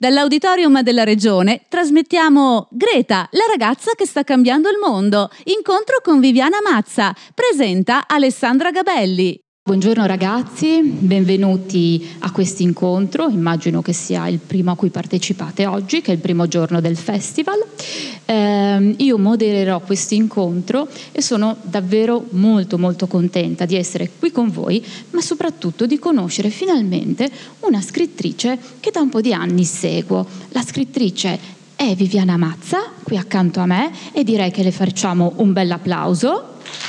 Dall'auditorium della Regione trasmettiamo Greta, la ragazza che sta cambiando il mondo. Incontro con Viviana Mazza. Presenta Alessandra Gabelli. Buongiorno ragazzi, benvenuti a questo incontro. Immagino che sia il primo a cui partecipate oggi, che è il primo giorno del festival. Io modererò questo incontro e sono davvero molto contenta di essere qui con voi, ma soprattutto di conoscere finalmente una scrittrice che da un po' di anni seguo. La scrittrice è Viviana Mazza, qui accanto a me, e direi che le facciamo un bel applauso.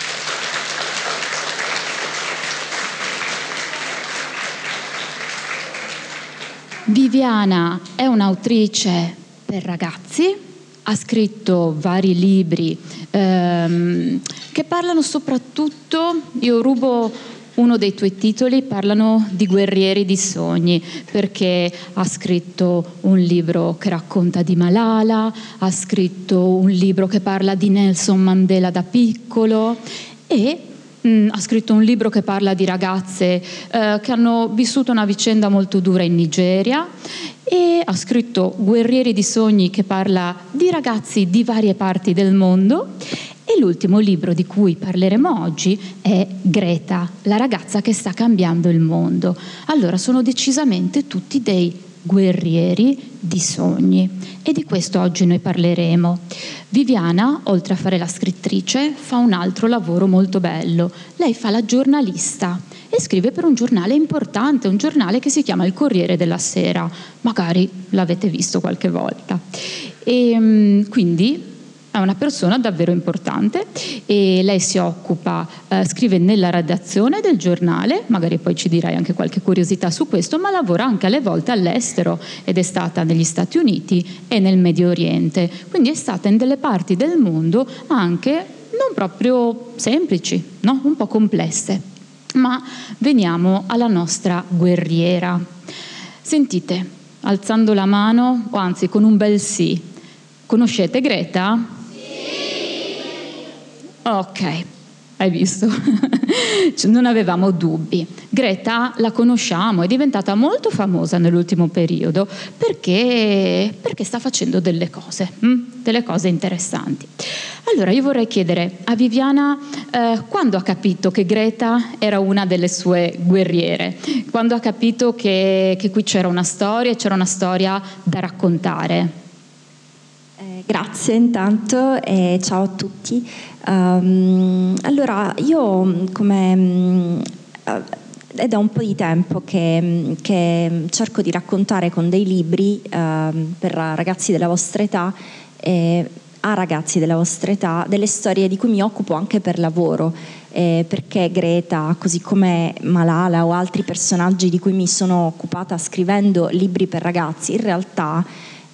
Viviana è un'autrice per ragazzi, ha scritto vari libri che parlano soprattutto, io rubo uno dei tuoi titoli, parlano di guerrieri di sogni, perché ha scritto un libro che racconta di Malala, ha scritto un libro che parla di Nelson Mandela da piccolo e ha scritto un libro che parla di ragazze che hanno vissuto una vicenda molto dura in Nigeria, e ha scritto Guerrieri di sogni che parla di ragazzi di varie parti del mondo, e l'ultimo libro di cui parleremo oggi è Greta, la ragazza che sta cambiando il mondo. Allora sono decisamente tutti dei guerrieri di sogni e di questo oggi noi parleremo. Viviana, oltre a fare la scrittrice, fa un altro lavoro molto bello. Lei fa la giornalista e scrive per un giornale importante, un giornale che si chiama Il Corriere della Sera. Magari l'avete visto qualche volta. E quindi è una persona davvero importante e lei si occupa, scrive nella redazione del giornale, magari poi ci dirai anche qualche curiosità su questo, ma lavora anche alle volte all'estero ed è stata negli Stati Uniti e nel Medio Oriente, quindi è stata in delle parti del mondo anche non proprio semplici, no? Un po' complesse. Ma veniamo alla nostra guerriera. Sentite, alzando la mano, o anzi con un bel sì, conoscete Greta? Ok, hai visto? Non avevamo dubbi. Greta la conosciamo, è diventata molto famosa nell'ultimo periodo perché sta facendo delle cose interessanti. Allora io vorrei chiedere a Viviana quando ha capito che Greta era una delle sue guerriere, quando ha capito che qui c'era una storia da raccontare. Grazie intanto e ciao a tutti. Allora io è da un po' di tempo che cerco di raccontare con dei libri per ragazzi della vostra età a ragazzi della vostra età delle storie di cui mi occupo anche per lavoro, perché Greta, così come Malala o altri personaggi di cui mi sono occupata scrivendo libri per ragazzi, in realtà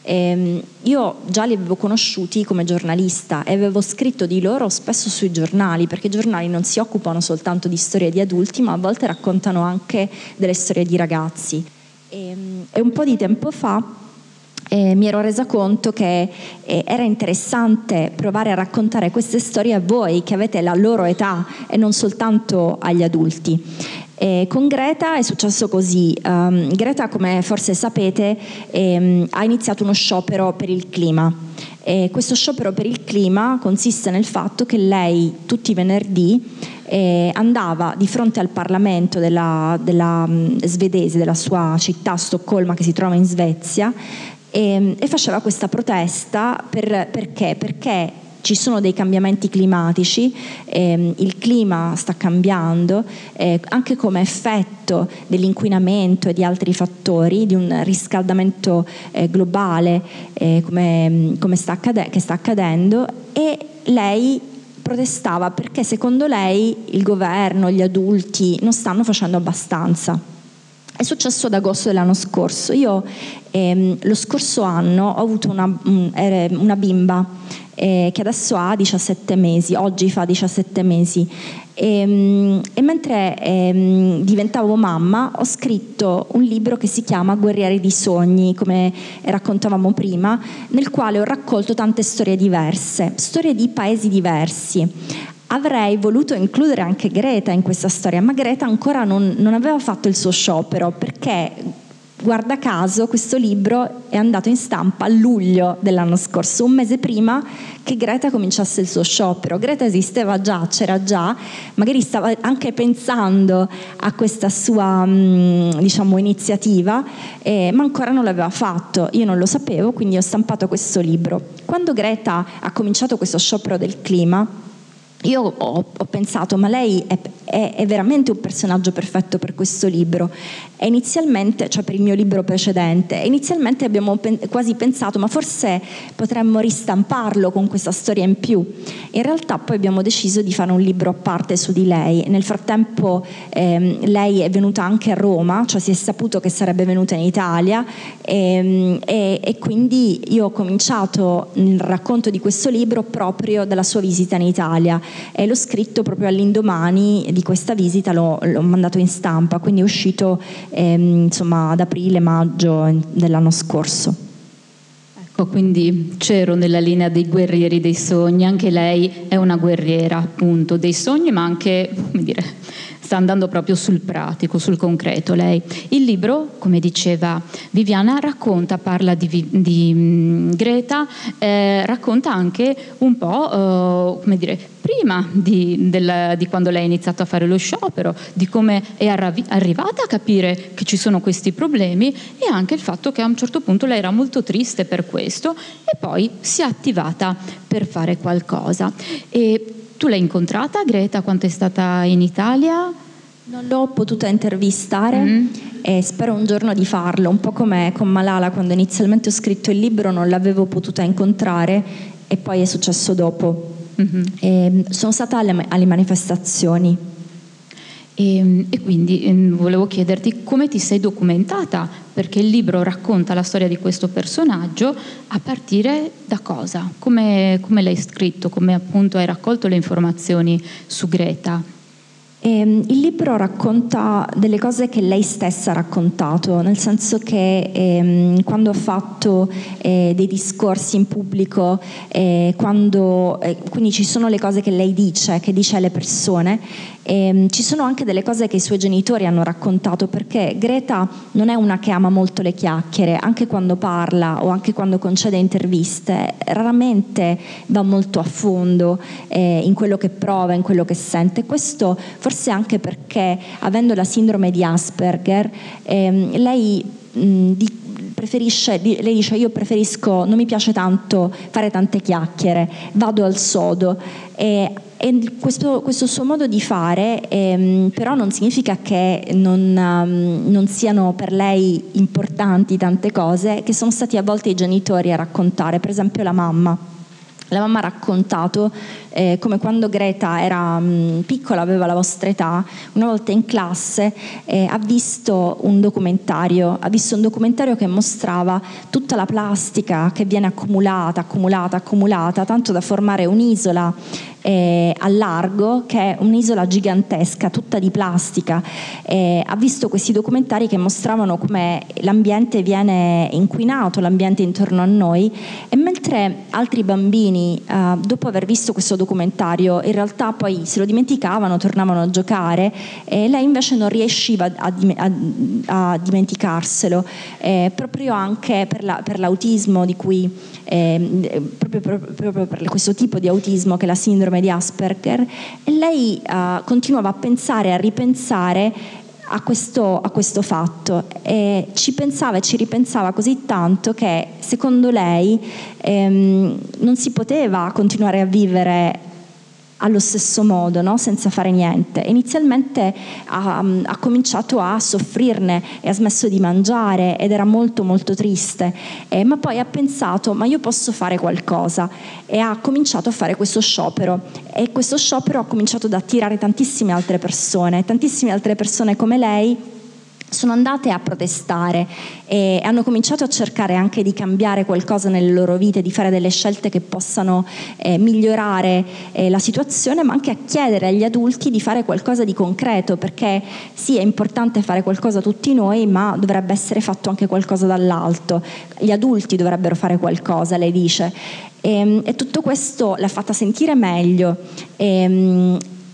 io già li avevo conosciuti come giornalista e avevo scritto di loro spesso sui giornali, perché i giornali non si occupano soltanto di storie di adulti, ma a volte raccontano anche delle storie di ragazzi. E un po' di tempo fa mi ero resa conto che era interessante provare a raccontare queste storie a voi che avete la loro età e non soltanto agli adulti. Con Greta è successo così. Greta, come forse sapete, ha iniziato uno sciopero per il clima. Questo sciopero per il clima consiste nel fatto che lei tutti i venerdì andava di fronte al Parlamento della svedese, della sua città, Stoccolma, che si trova in Svezia, e faceva questa protesta perché ci sono dei cambiamenti climatici, il clima sta cambiando, anche come effetto dell'inquinamento e di altri fattori, di un riscaldamento globale che sta accadendo, e lei protestava perché secondo lei il governo, gli adulti non stanno facendo abbastanza. È successo ad agosto dell'anno scorso. Io lo scorso anno ho avuto una bimba che adesso ha 17 mesi, oggi fa 17 mesi, e mentre diventavo mamma ho scritto un libro che si chiama Guerrieri di sogni, come raccontavamo prima, nel quale ho raccolto tante storie diverse, storie di paesi diversi. Avrei voluto includere anche Greta in questa storia, ma Greta ancora non aveva fatto il suo sciopero, perché guarda caso questo libro è andato in stampa a luglio dell'anno scorso, un mese prima che Greta cominciasse il suo sciopero. Greta esisteva già, c'era già, magari stava anche pensando a questa sua iniziativa, ma ancora non l'aveva fatto. Io non lo sapevo, quindi ho stampato questo libro. Quando Greta ha cominciato questo sciopero del clima, io ho pensato, ma lei è veramente un personaggio perfetto per questo libro. E inizialmente, cioè per il mio libro precedente, inizialmente abbiamo quasi pensato, ma forse potremmo ristamparlo con questa storia in più. In realtà poi abbiamo deciso di fare un libro a parte su di lei. Nel frattempo lei è venuta anche a Roma, cioè si è saputo che sarebbe venuta in Italia, e quindi io ho cominciato il racconto di questo libro proprio dalla sua visita in Italia, e l'ho scritto proprio all'indomani di questa visita, l'ho mandato in stampa, quindi è uscito ad aprile-maggio dell'anno scorso. Ecco, quindi c'ero nella linea dei guerrieri dei sogni. Anche lei è una guerriera, appunto, dei sogni, ma anche, come dire, sta andando proprio sul pratico, sul concreto lei. Il libro, come diceva Viviana, parla di Greta, racconta anche un po', come dire, prima di quando lei ha iniziato a fare lo sciopero, di come è arrivata a capire che ci sono questi problemi, e anche il fatto che a un certo punto lei era molto triste per questo e poi si è attivata per fare qualcosa. E tu l'hai incontrata, Greta, quando è stata in Italia? Non l'ho potuta intervistare, e spero un giorno di farlo, un po' come con Malala, quando inizialmente ho scritto il libro non l'avevo potuta incontrare e poi è successo dopo. Sono stata alle manifestazioni. E quindi volevo chiederti come ti sei documentata, perché il libro racconta la storia di questo personaggio a partire da cosa? Come l'hai scritto? Come appunto hai raccolto le informazioni su Greta? Il libro racconta delle cose che lei stessa ha raccontato, nel senso che quando ha fatto dei discorsi in pubblico, quindi ci sono le cose che lei dice, che dice alle persone, ci sono anche delle cose che i suoi genitori hanno raccontato, perché Greta non è una che ama molto le chiacchiere, anche quando parla o anche quando concede interviste, raramente va molto a fondo in quello che prova, in quello che sente. Questo forse anche perché, avendo la sindrome di Asperger, lei dice: io preferisco, non mi piace tanto fare tante chiacchiere, vado al sodo. E questo suo modo di fare però non significa che non siano per lei importanti tante cose che sono stati a volte i genitori a raccontare. Per esempio la mamma ha raccontato come quando Greta era piccola, aveva la vostra età, una volta in classe ha visto un documentario che mostrava tutta la plastica che viene accumulata, tanto da formare un'isola a largo, che è un'isola gigantesca, tutta di plastica. Ha visto questi documentari che mostravano come l'ambiente viene inquinato, l'ambiente intorno a noi, e mentre altri bambini, dopo aver visto questo documentario, in realtà poi se lo dimenticavano, tornavano a giocare, lei invece non riusciva a dimenticarselo, proprio anche per l'autismo di cui proprio per questo tipo di autismo che è la sindrome di Asperger, e lei continuava a pensare, a ripensare a questo fatto, e ci ripensava così tanto che secondo lei non si poteva continuare a vivere allo stesso modo, no? Senza fare niente. Inizialmente ha cominciato a soffrirne e ha smesso di mangiare ed era molto molto triste, ma poi ha pensato: ma io posso fare qualcosa, e ha cominciato a fare questo sciopero, e questo sciopero ha cominciato ad attirare tantissime altre persone come lei sono andate a protestare e hanno cominciato a cercare anche di cambiare qualcosa nelle loro vite, di fare delle scelte che possano migliorare la situazione, ma anche a chiedere agli adulti di fare qualcosa di concreto, perché sì, è importante fare qualcosa tutti noi, ma dovrebbe essere fatto anche qualcosa dall'alto. Gli adulti dovrebbero fare qualcosa, lei dice, e tutto questo l'ha fatta sentire meglio.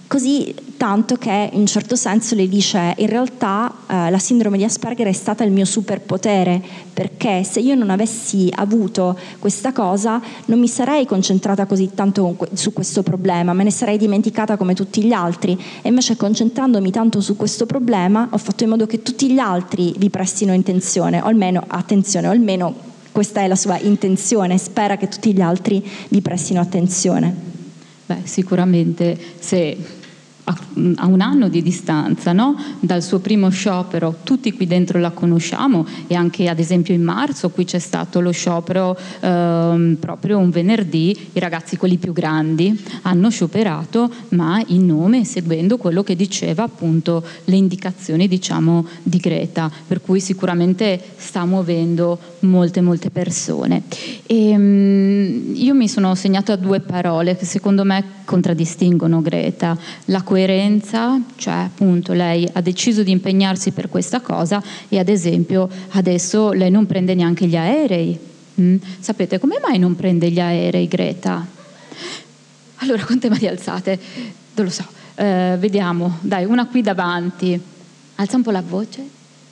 Così tanto che in un certo senso lei dice: in realtà la sindrome di Asperger è stata il mio superpotere, perché se io non avessi avuto questa cosa non mi sarei concentrata così tanto su questo problema, me ne sarei dimenticata come tutti gli altri, e invece concentrandomi tanto su questo problema ho fatto in modo che tutti gli altri vi prestino attenzione, o almeno questa è la sua intenzione, spera che tutti gli altri vi prestino attenzione. Beh, sicuramente se a un anno di distanza, no? Dal suo primo sciopero, tutti qui dentro la conosciamo, e anche ad esempio in marzo qui c'è stato lo sciopero proprio un venerdì, i ragazzi quelli più grandi hanno scioperato, ma in nome, seguendo quello che diceva appunto le indicazioni, diciamo, di Greta, per cui sicuramente sta muovendo molte persone. E io mi sono segnata 2 parole che secondo me contraddistinguono Greta: la coerenza, cioè appunto lei ha deciso di impegnarsi per questa cosa, e ad esempio adesso lei non prende neanche gli aerei. Sapete come mai non prende gli aerei, Greta? Allora, quante mani alzate? Non lo so, vediamo, dai, una qui davanti, alza un po' la voce.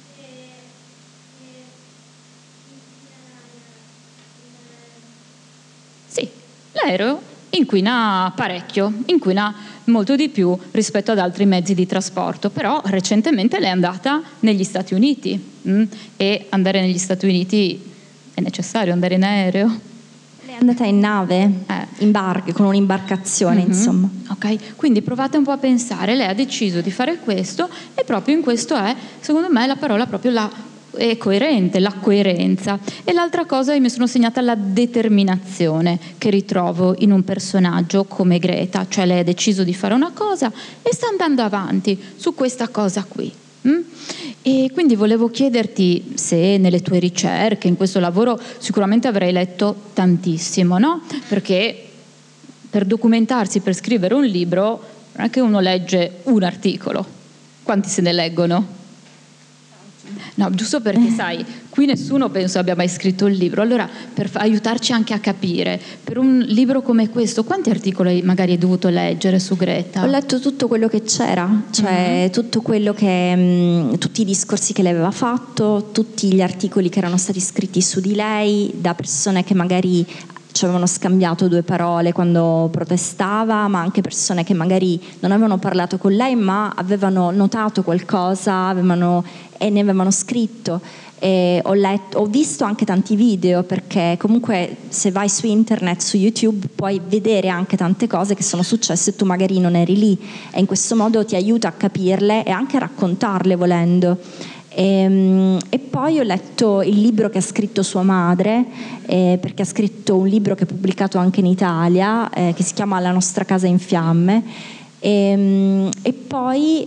Sì, l'aereo inquina parecchio, inquina molto di più rispetto ad altri mezzi di trasporto, però recentemente lei è andata negli Stati Uniti, e andare negli Stati Uniti è necessario andare in aereo? Lei è andata in nave, in barca, con un'imbarcazione, insomma. Ok, quindi provate un po' a pensare, lei ha deciso di fare questo, e proprio in questo è, secondo me, la parola proprio è coerente, la coerenza. E l'altra cosa, io mi sono segnata la determinazione che ritrovo in un personaggio come Greta, cioè lei ha deciso di fare una cosa e sta andando avanti su questa cosa qui. E quindi volevo chiederti se nelle tue ricerche, in questo lavoro, sicuramente avrai letto tantissimo, no? Perché per documentarsi, per scrivere un libro, non è che uno legge un articolo. Quanti se ne leggono? No, giusto perché sai, qui nessuno penso abbia mai scritto un libro, allora per aiutarci anche a capire, per un libro come questo, quanti articoli magari hai dovuto leggere su Greta? Ho letto tutto quello che c'era, cioè tutto quello che, tutti i discorsi che lei aveva fatto, tutti gli articoli che erano stati scritti su di lei da persone che magari ci avevano scambiato 2 parole quando protestava, ma anche persone che magari non avevano parlato con lei ma avevano notato qualcosa e ne avevano scritto. E ho visto anche tanti video, perché comunque se vai su internet, su YouTube, puoi vedere anche tante cose che sono successe e tu magari non eri lì, e in questo modo ti aiuta a capirle e anche a raccontarle volendo. E poi ho letto il libro che ha scritto sua madre, perché ha scritto un libro che è pubblicato anche in Italia, che si chiama La nostra casa in fiamme, e poi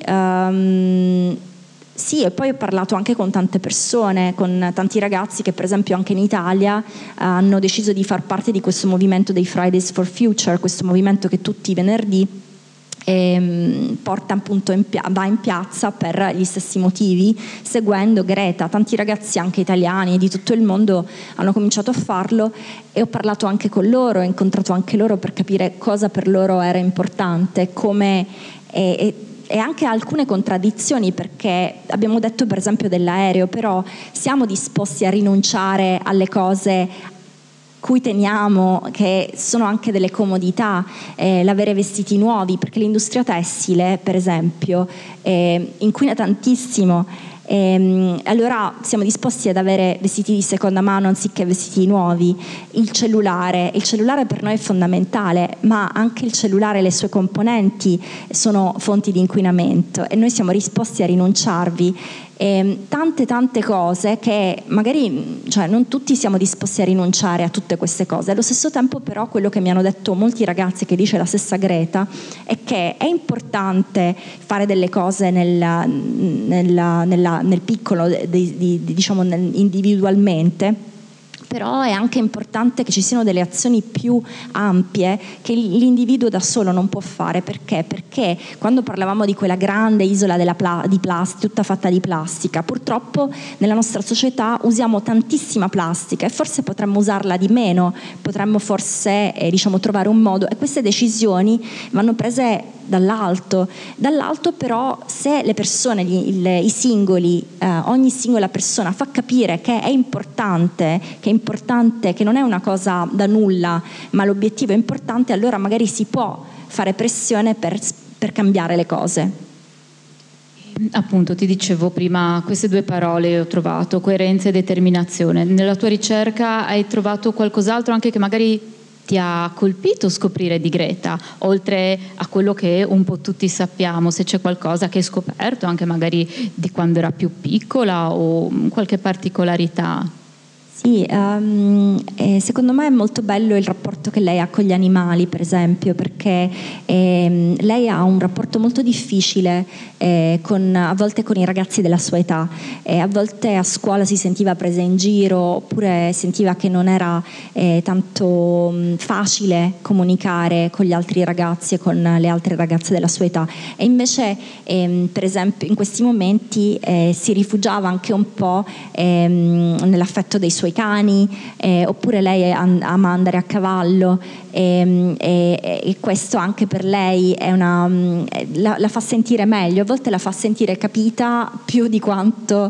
sì, e poi ho parlato anche con tante persone, con tanti ragazzi che per esempio anche in Italia hanno deciso di far parte di questo movimento dei Fridays for Future, questo movimento che tutti i venerdì porta appunto va in piazza per gli stessi motivi, seguendo Greta. Tanti ragazzi anche italiani di tutto il mondo hanno cominciato a farlo, e ho parlato anche con loro, ho incontrato anche loro per capire cosa per loro era importante, come e anche alcune contraddizioni, perché abbiamo detto per esempio dell'aereo, però siamo disposti a rinunciare alle cose cui teniamo, che sono anche delle comodità, l'avere vestiti nuovi, perché l'industria tessile per esempio inquina tantissimo, allora siamo disposti ad avere vestiti di seconda mano anziché vestiti nuovi. Il cellulare per noi è fondamentale, ma anche il cellulare e le sue componenti sono fonti di inquinamento, e noi siamo disposti a rinunciarvi. Tante cose che magari, cioè, non tutti siamo disposti a rinunciare a tutte queste cose. Allo stesso tempo però quello che mi hanno detto molti ragazzi, che dice la stessa Greta, è che è importante fare delle cose nel piccolo, diciamo individualmente, però è anche importante che ci siano delle azioni più ampie che l'individuo da solo non può fare. Perché? Perché quando parlavamo di quella grande isola di plastica, tutta fatta di plastica, purtroppo nella nostra società usiamo tantissima plastica e forse potremmo usarla di meno, potremmo forse trovare un modo, e queste decisioni vanno prese dall'alto però se le persone, i singoli, ogni singola persona fa capire che è importante, che non è una cosa da nulla, ma l'obiettivo è importante, allora magari si può fare pressione per cambiare le cose. Appunto, ti dicevo prima, queste due parole ho trovato, coerenza e determinazione. Nella tua ricerca hai trovato qualcos'altro anche che magari ti ha colpito scoprire di Greta, oltre a quello che un po' tutti sappiamo, se c'è qualcosa che hai scoperto anche magari di quando era più piccola o qualche particolarità? Sì, secondo me è molto bello il rapporto che lei ha con gli animali, per esempio, perché lei ha un rapporto molto difficile a volte con i ragazzi della sua età, a volte a scuola si sentiva presa in giro, oppure sentiva che non era tanto facile comunicare con gli altri ragazzi e con le altre ragazze della sua età, e invece per esempio in questi momenti si rifugiava anche un po' nell'affetto dei suoi cani, oppure lei ama andare a cavallo, e questo anche per lei è la fa sentire meglio, a volte la fa sentire capita più di quanto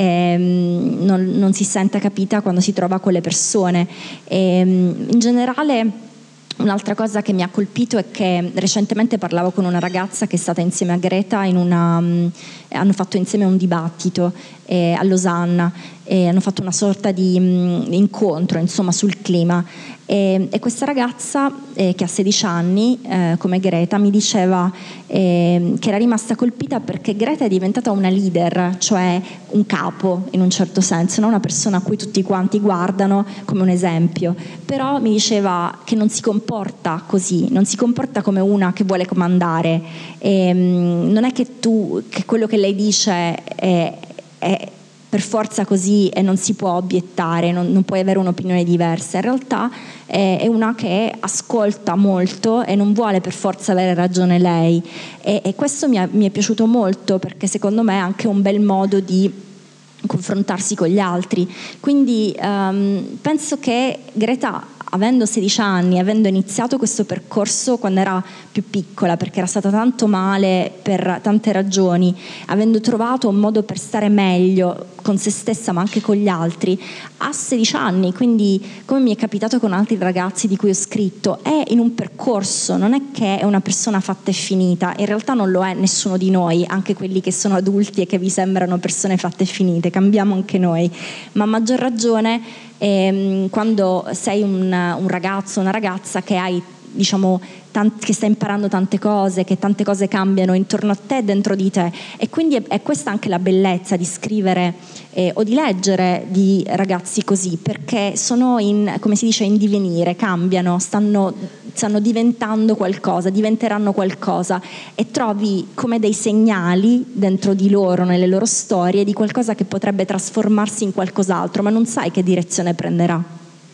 non si senta capita quando si trova con le persone. In generale, un'altra cosa che mi ha colpito è che recentemente parlavo con una ragazza che è stata insieme a Greta hanno fatto insieme un dibattito a Losanna, hanno fatto una sorta di incontro, insomma, sul clima, e questa ragazza che ha 16 anni, come Greta, mi diceva che era rimasta colpita perché Greta è diventata una leader, cioè un capo in un certo senso, no? Una persona a cui tutti quanti guardano come un esempio, però mi diceva che non si comporta così, non si comporta come una che vuole comandare, non è che quello che lei dice è per forza così e non si può obiettare, non puoi avere un'opinione diversa. In realtà è una che ascolta molto e non vuole per forza avere ragione lei, e questo mi è piaciuto molto, perché secondo me è anche un bel modo di confrontarsi con gli altri. Quindi penso che Greta, avendo 16 anni, avendo iniziato questo percorso quando era più piccola, perché era stata tanto male per tante ragioni, avendo trovato un modo per stare meglio con se stessa ma anche con gli altri, a 16 anni, quindi come mi è capitato con altri ragazzi di cui ho scritto, è in un percorso, non è che è una persona fatta e finita, in realtà non lo è nessuno di noi, anche quelli che sono adulti e che vi sembrano persone fatte e finite, cambiamo anche noi, ma a maggior ragione quando sei un ragazzo, una ragazza che hai, che sta imparando tante cose, che tante cose cambiano intorno a te, dentro di te, e quindi è questa anche la bellezza di scrivere o di leggere di ragazzi così, perché sono come si dice, in divenire, cambiano, stanno diventando qualcosa, diventeranno qualcosa, e trovi come dei segnali dentro di loro, nelle loro storie, di qualcosa che potrebbe trasformarsi in qualcos'altro, ma non sai che direzione prenderà.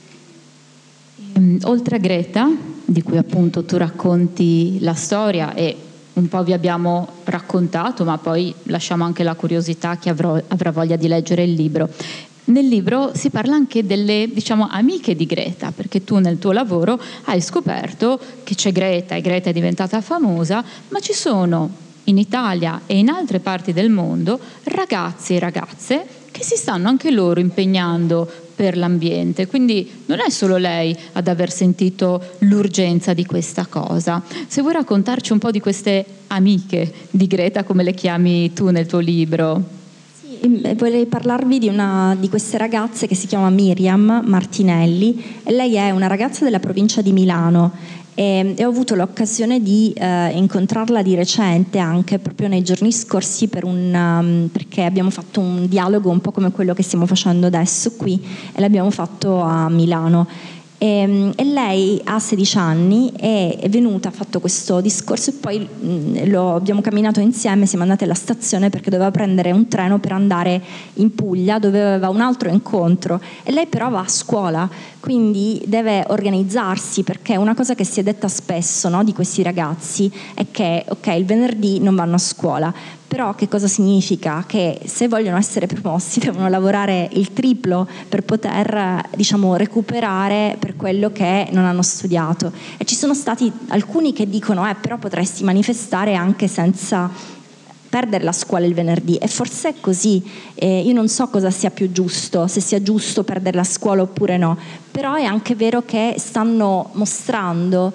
Oltre a Greta, di cui appunto tu racconti la storia e un po' vi abbiamo raccontato, ma poi lasciamo anche la curiosità a chi avrà voglia di leggere il libro. Nel libro si parla anche delle, amiche di Greta, perché tu nel tuo lavoro hai scoperto che c'è Greta e Greta è diventata famosa, ma ci sono in Italia e in altre parti del mondo ragazzi e ragazze che si stanno anche loro impegnando per l'ambiente, quindi non è solo lei ad aver sentito l'urgenza di questa cosa. Se vuoi raccontarci un po' di queste amiche di Greta, come le chiami tu nel tuo libro? Sì, vorrei parlarvi di queste ragazze che si chiama Miriam Martinelli, e lei è una ragazza della provincia di Milano, e ho avuto l'occasione di incontrarla di recente, anche proprio nei giorni scorsi, perché abbiamo fatto un dialogo un po' come quello che stiamo facendo adesso qui, e l'abbiamo fatto a Milano. E lei ha 16 anni, è venuta, ha fatto questo discorso e poi abbiamo camminato insieme, siamo andati alla stazione perché doveva prendere un treno per andare in Puglia dove aveva un altro incontro, e lei però va a scuola, quindi deve organizzarsi, perché una cosa che si è detta spesso, no, di questi ragazzi è che ok, il venerdì non vanno a scuola, però che cosa significa? Che se vogliono essere promossi devono lavorare il triplo per poter, diciamo, recuperare per quello che non hanno studiato. E ci sono stati alcuni che dicono però potresti manifestare anche senza perdere la scuola il venerdì, e forse è così. Io non so cosa sia più giusto, se sia giusto perdere la scuola oppure no, però è anche vero che stanno mostrando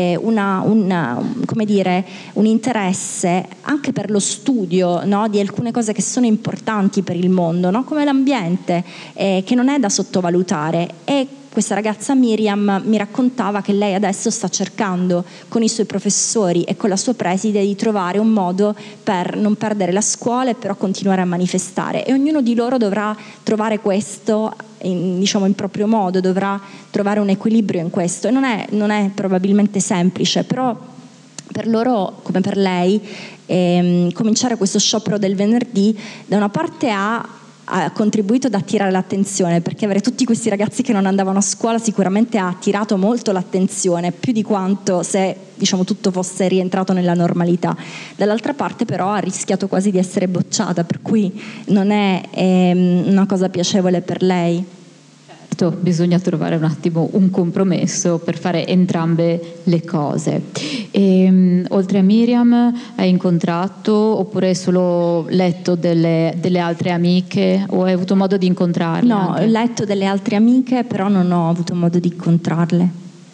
come dire, un interesse anche per lo studio, no, di alcune cose che sono importanti per il mondo, no, come l'ambiente, che non è da sottovalutare. E questa ragazza Miriam mi raccontava che lei adesso sta cercando con i suoi professori e con la sua preside di trovare un modo per non perdere la scuola e però continuare a manifestare, e ognuno di loro dovrà trovare questo in proprio modo, dovrà trovare un equilibrio in questo, e non è probabilmente semplice, però per loro come per lei cominciare questo sciopero del venerdì da una parte ha contribuito ad attirare l'attenzione, perché avere tutti questi ragazzi che non andavano a scuola sicuramente ha attirato molto l'attenzione, più di quanto se, diciamo, tutto fosse rientrato nella normalità. Dall'altra parte però ha rischiato quasi di essere bocciata, per cui non è una cosa piacevole per lei. Certo, bisogna trovare un attimo un compromesso per fare entrambe le cose. Oltre a Miriam hai incontrato oppure hai solo letto delle altre amiche, o hai avuto modo di incontrarle? No, anche? ho letto delle altre amiche, però non ho avuto modo di incontrarle.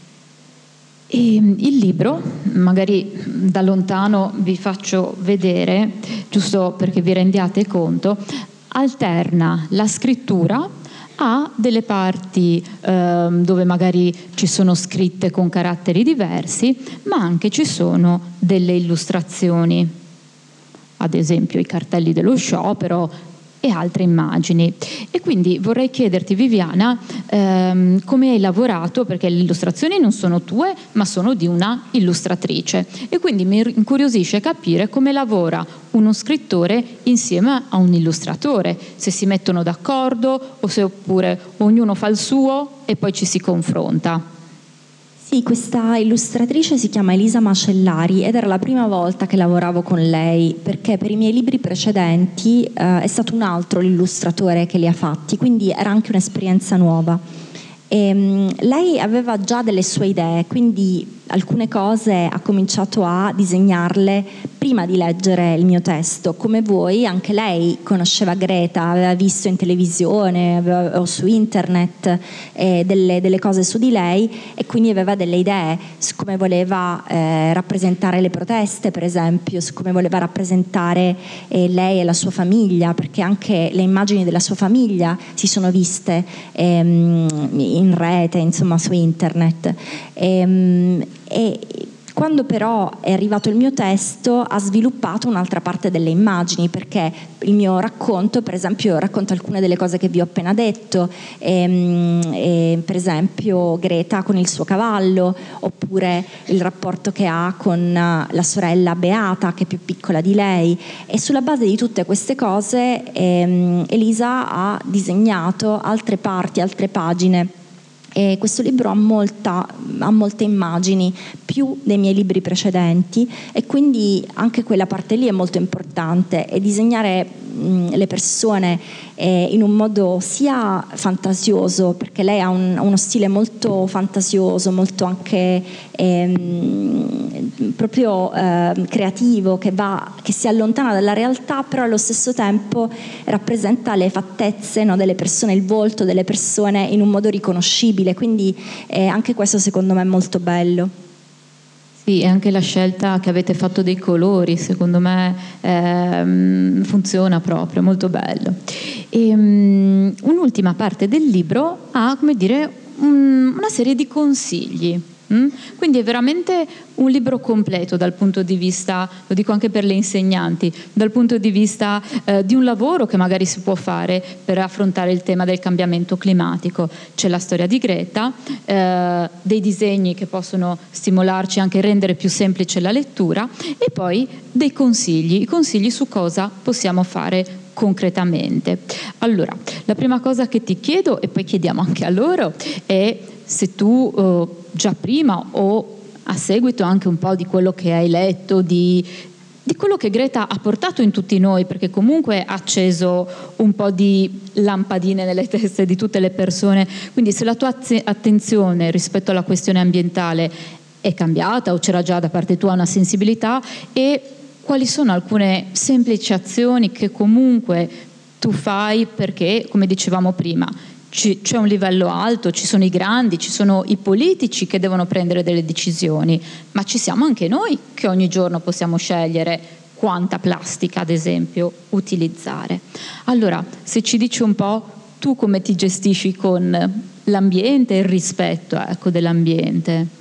E il libro, magari da lontano vi faccio vedere, giusto perché vi rendiate conto, alterna la scrittura a delle parti dove magari ci sono scritte con caratteri diversi, ma anche ci sono delle illustrazioni, ad esempio i cartelli dello sciopero e altre immagini. E quindi vorrei chiederti, Viviana, come hai lavorato, perché le illustrazioni non sono tue ma sono di una illustratrice, e quindi mi incuriosisce capire come lavora uno scrittore insieme a un illustratore, se si mettono d'accordo o se oppure ognuno fa il suo e poi ci si confronta. Sì, questa illustratrice si chiama Elisa Macellari ed era la prima volta che lavoravo con lei, perché per i miei libri precedenti è stato un altro l'illustratore che li ha fatti, quindi era anche un'esperienza nuova. Lei aveva già delle sue idee, quindi alcune cose ha cominciato a disegnarle prima di leggere il mio testo. Come voi, anche lei conosceva Greta, aveva visto in televisione o su internet delle cose su di lei, e quindi aveva delle idee su come voleva rappresentare le proteste, per esempio, su come voleva rappresentare lei e la sua famiglia, perché anche le immagini della sua famiglia si sono viste in rete, insomma, su internet. E quando però è arrivato il mio testo ha sviluppato un'altra parte delle immagini, perché il mio racconto, per esempio, racconta alcune delle cose che vi ho appena detto, per esempio Greta con il suo cavallo, oppure il rapporto che ha con la sorella Beata, che è più piccola di lei, e sulla base di tutte queste cose Elisa ha disegnato altre parti, altre pagine. E questo libro ha molte immagini, più dei miei libri precedenti, e quindi anche quella parte lì è molto importante, e disegnare le persone in un modo sia fantasioso, perché lei ha uno stile molto fantasioso, molto anche proprio creativo, che si allontana dalla realtà, però allo stesso tempo rappresenta le fattezze, no, delle persone, il volto delle persone in un modo riconoscibile, quindi anche questo secondo me è molto bello. Sì, e anche la scelta che avete fatto dei colori, secondo me funziona proprio, molto bello. E, un'ultima parte del libro ha, come dire, una serie di consigli Quindi è veramente un libro completo dal punto di vista, lo dico anche per le insegnanti, dal punto di vista di un lavoro che magari si può fare per affrontare il tema del cambiamento climatico. C'è la storia di Greta, dei disegni che possono stimolarci anche a rendere più semplice la lettura, e poi dei consigli, i consigli su cosa possiamo fare concretamente. Allora, la prima cosa che ti chiedo, e poi chiediamo anche a loro, è se tu già prima o a seguito anche un po' di quello che hai letto, di quello che Greta ha portato in tutti noi, perché comunque ha acceso un po' di lampadine nelle teste di tutte le persone, quindi se la tua attenzione rispetto alla questione ambientale è cambiata o c'era già da parte tua una sensibilità, e quali sono alcune semplici azioni che comunque tu fai perché, come dicevamo prima, c'è un livello alto, ci sono i grandi, ci sono i politici che devono prendere delle decisioni, ma ci siamo anche noi che ogni giorno possiamo scegliere quanta plastica, ad esempio, utilizzare. Allora, se ci dici un po' tu come ti gestisci con l'ambiente e il rispetto, ecco, dell'ambiente.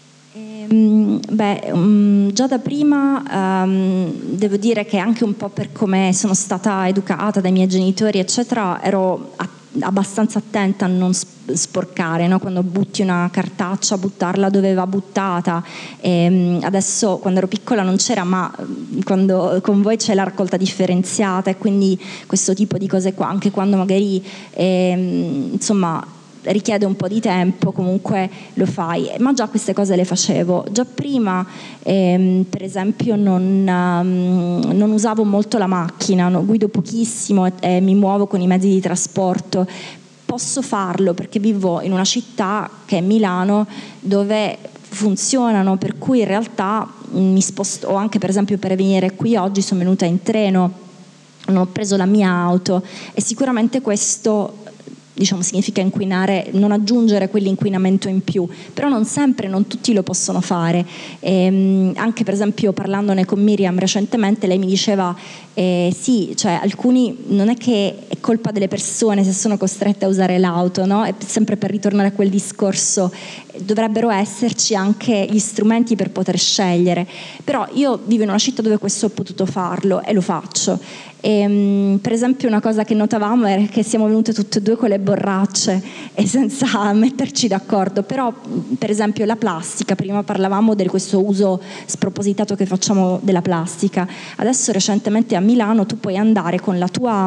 Già da prima devo dire che anche un po' per come sono stata educata dai miei genitori, eccetera, ero abbastanza attenta a non sporcare, no? Quando butti una cartaccia, buttarla dove va buttata. Adesso, quando ero piccola non c'era, ma quando con voi c'è la raccolta differenziata, e quindi questo tipo di cose qua, anche quando magari insomma richiede un po' di tempo, comunque lo fai. Ma già queste cose le facevo già prima. Per esempio non usavo molto la macchina, guido pochissimo e mi muovo con i mezzi di trasporto. Posso farlo perché vivo in una città che è Milano, dove funzionano, per cui in realtà mi sposto, o anche per esempio per venire qui oggi sono venuta in treno, non ho preso la mia auto, e sicuramente questo, diciamo, significa inquinare, non aggiungere quell'inquinamento in più, però non sempre, non tutti lo possono fare. Anche per esempio parlandone con Miriam recentemente, lei mi diceva sì, cioè alcuni, non è che è colpa delle persone se sono costrette a usare l'auto, no? E sempre per ritornare a quel discorso, dovrebbero esserci anche gli strumenti per poter scegliere. Però io vivo in una città dove questo ho potuto farlo e lo faccio. Per esempio una cosa che notavamo è che siamo venute tutte e due con le borracce e senza metterci d'accordo. Però per esempio la plastica, prima parlavamo di questo uso spropositato che facciamo della plastica. Adesso recentemente a Milano tu puoi andare con la tua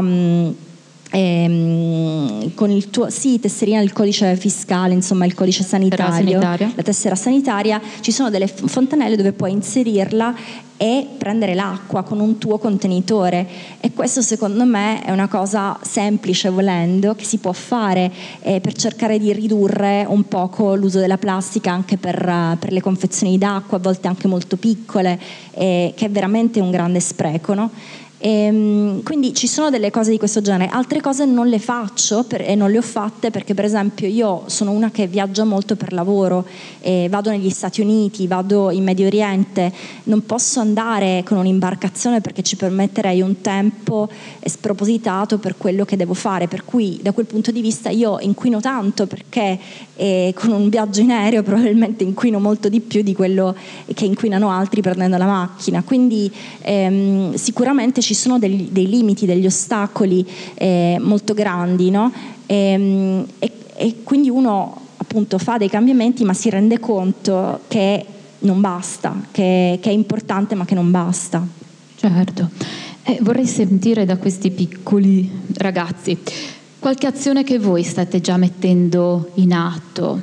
con il tuo tesserina, il codice fiscale, insomma il codice sanitario, la tessera sanitaria, ci sono delle fontanelle dove puoi inserirla e prendere l'acqua con un tuo contenitore. E questo secondo me è una cosa semplice, volendo, che si può fare per cercare di ridurre un poco l'uso della plastica anche per le confezioni d'acqua, a volte anche molto piccole, che è veramente un grande spreco, no? Quindi ci sono delle cose di questo genere. Altre cose non le faccio e non le ho fatte perché per esempio io sono una che viaggia molto per lavoro, vado negli Stati Uniti, vado in Medio Oriente, non posso andare con un'imbarcazione perché ci permetterei un tempo spropositato per quello che devo fare, per cui da quel punto di vista io inquino tanto, perché con un viaggio in aereo probabilmente inquino molto di più di quello che inquinano altri prendendo la macchina. Quindi sicuramente ci sono dei limiti, degli ostacoli molto grandi, no? E quindi uno appunto fa dei cambiamenti, ma si rende conto che non basta, che è importante ma che non basta. Certo. Vorrei sentire da questi piccoli ragazzi qualche azione che voi state già mettendo in atto.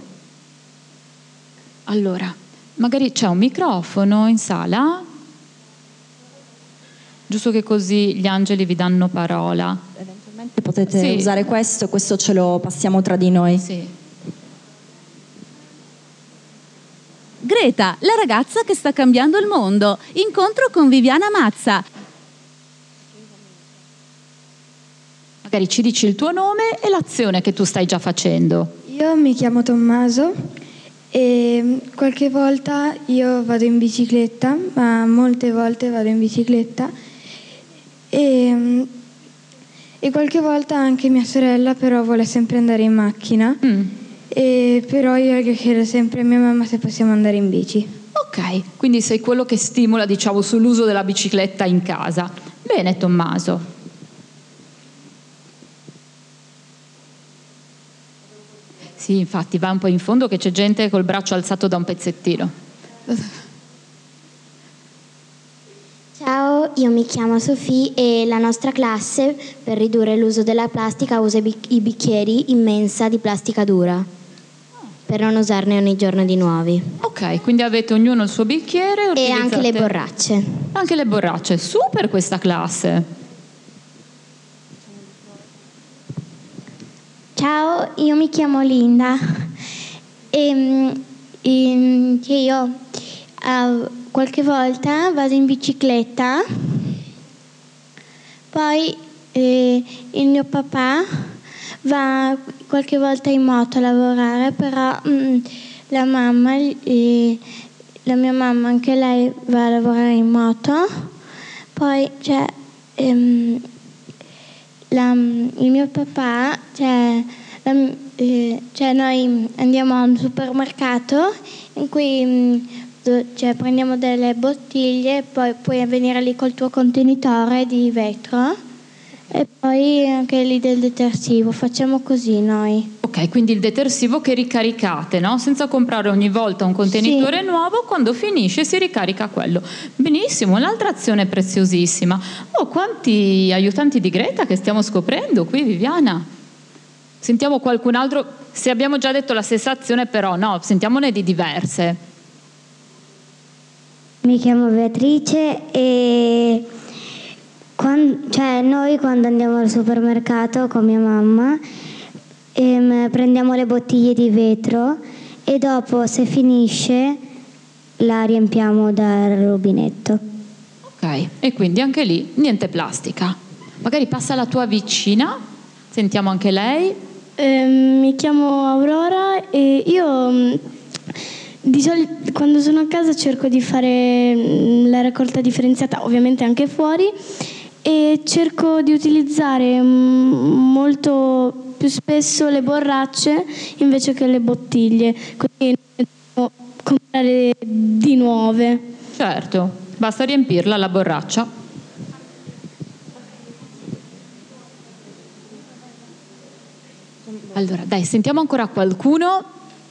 Allora, magari c'è un microfono in sala, giusto che così gli angeli vi danno parola. Eventualmente potete usare questo ce lo passiamo tra di noi. Sì. Greta, la ragazza che sta cambiando il mondo. Incontro con Viviana Mazza. Magari ci dici il tuo nome e l'azione che tu stai già facendo. Io mi chiamo Tommaso e qualche volta io vado in bicicletta, ma molte volte vado in bicicletta e qualche volta anche mia sorella però vuole sempre andare in macchina però io chiedo sempre a mia mamma se possiamo andare in bici. Ok, quindi sei quello che stimola, diciamo, sull'uso della bicicletta in casa. Bene, Tommaso. Sì, infatti, va un po' in fondo che c'è gente col braccio alzato da un pezzettino. Ciao, io mi chiamo Sofì e la nostra classe, per ridurre l'uso della plastica, usa i bicchieri in mensa di plastica dura, per non usarne ogni giorno di nuovi. Ok, quindi avete ognuno il suo bicchiere e anche le borracce. Anche le borracce, super questa classe. Ciao, io mi chiamo Linda e io qualche volta vado in bicicletta, poi il mio papà va qualche volta in moto a lavorare, però la mia mamma anche lei va a lavorare in moto, poi il mio papà, noi andiamo a un supermercato in cui prendiamo delle bottiglie e poi puoi venire lì col tuo contenitore di vetro e poi anche lì del detersivo, facciamo così noi. Ok, quindi il detersivo che ricaricate, no? Senza comprare ogni volta un contenitore nuovo, quando finisce si ricarica quello. Benissimo, un'altra azione preziosissima. Oh, quanti aiutanti di Greta che stiamo scoprendo qui, Viviana. Sentiamo qualcun altro, se abbiamo già detto la stessa azione, però no, sentiamone di diverse. Mi chiamo Beatrice e noi quando andiamo al supermercato con mia mamma prendiamo le bottiglie di vetro e dopo, se finisce, la riempiamo dal rubinetto. Ok, e quindi anche lì niente plastica. Magari passa la tua vicina, sentiamo anche lei. Mi chiamo Aurora e io di solito quando sono a casa cerco di fare la raccolta differenziata, ovviamente anche fuori, e cerco di utilizzare molto più spesso le borracce invece che le bottiglie, quindi devo comprare di nuove. Certo, basta riempirla la borraccia. Allora, dai, sentiamo ancora qualcuno.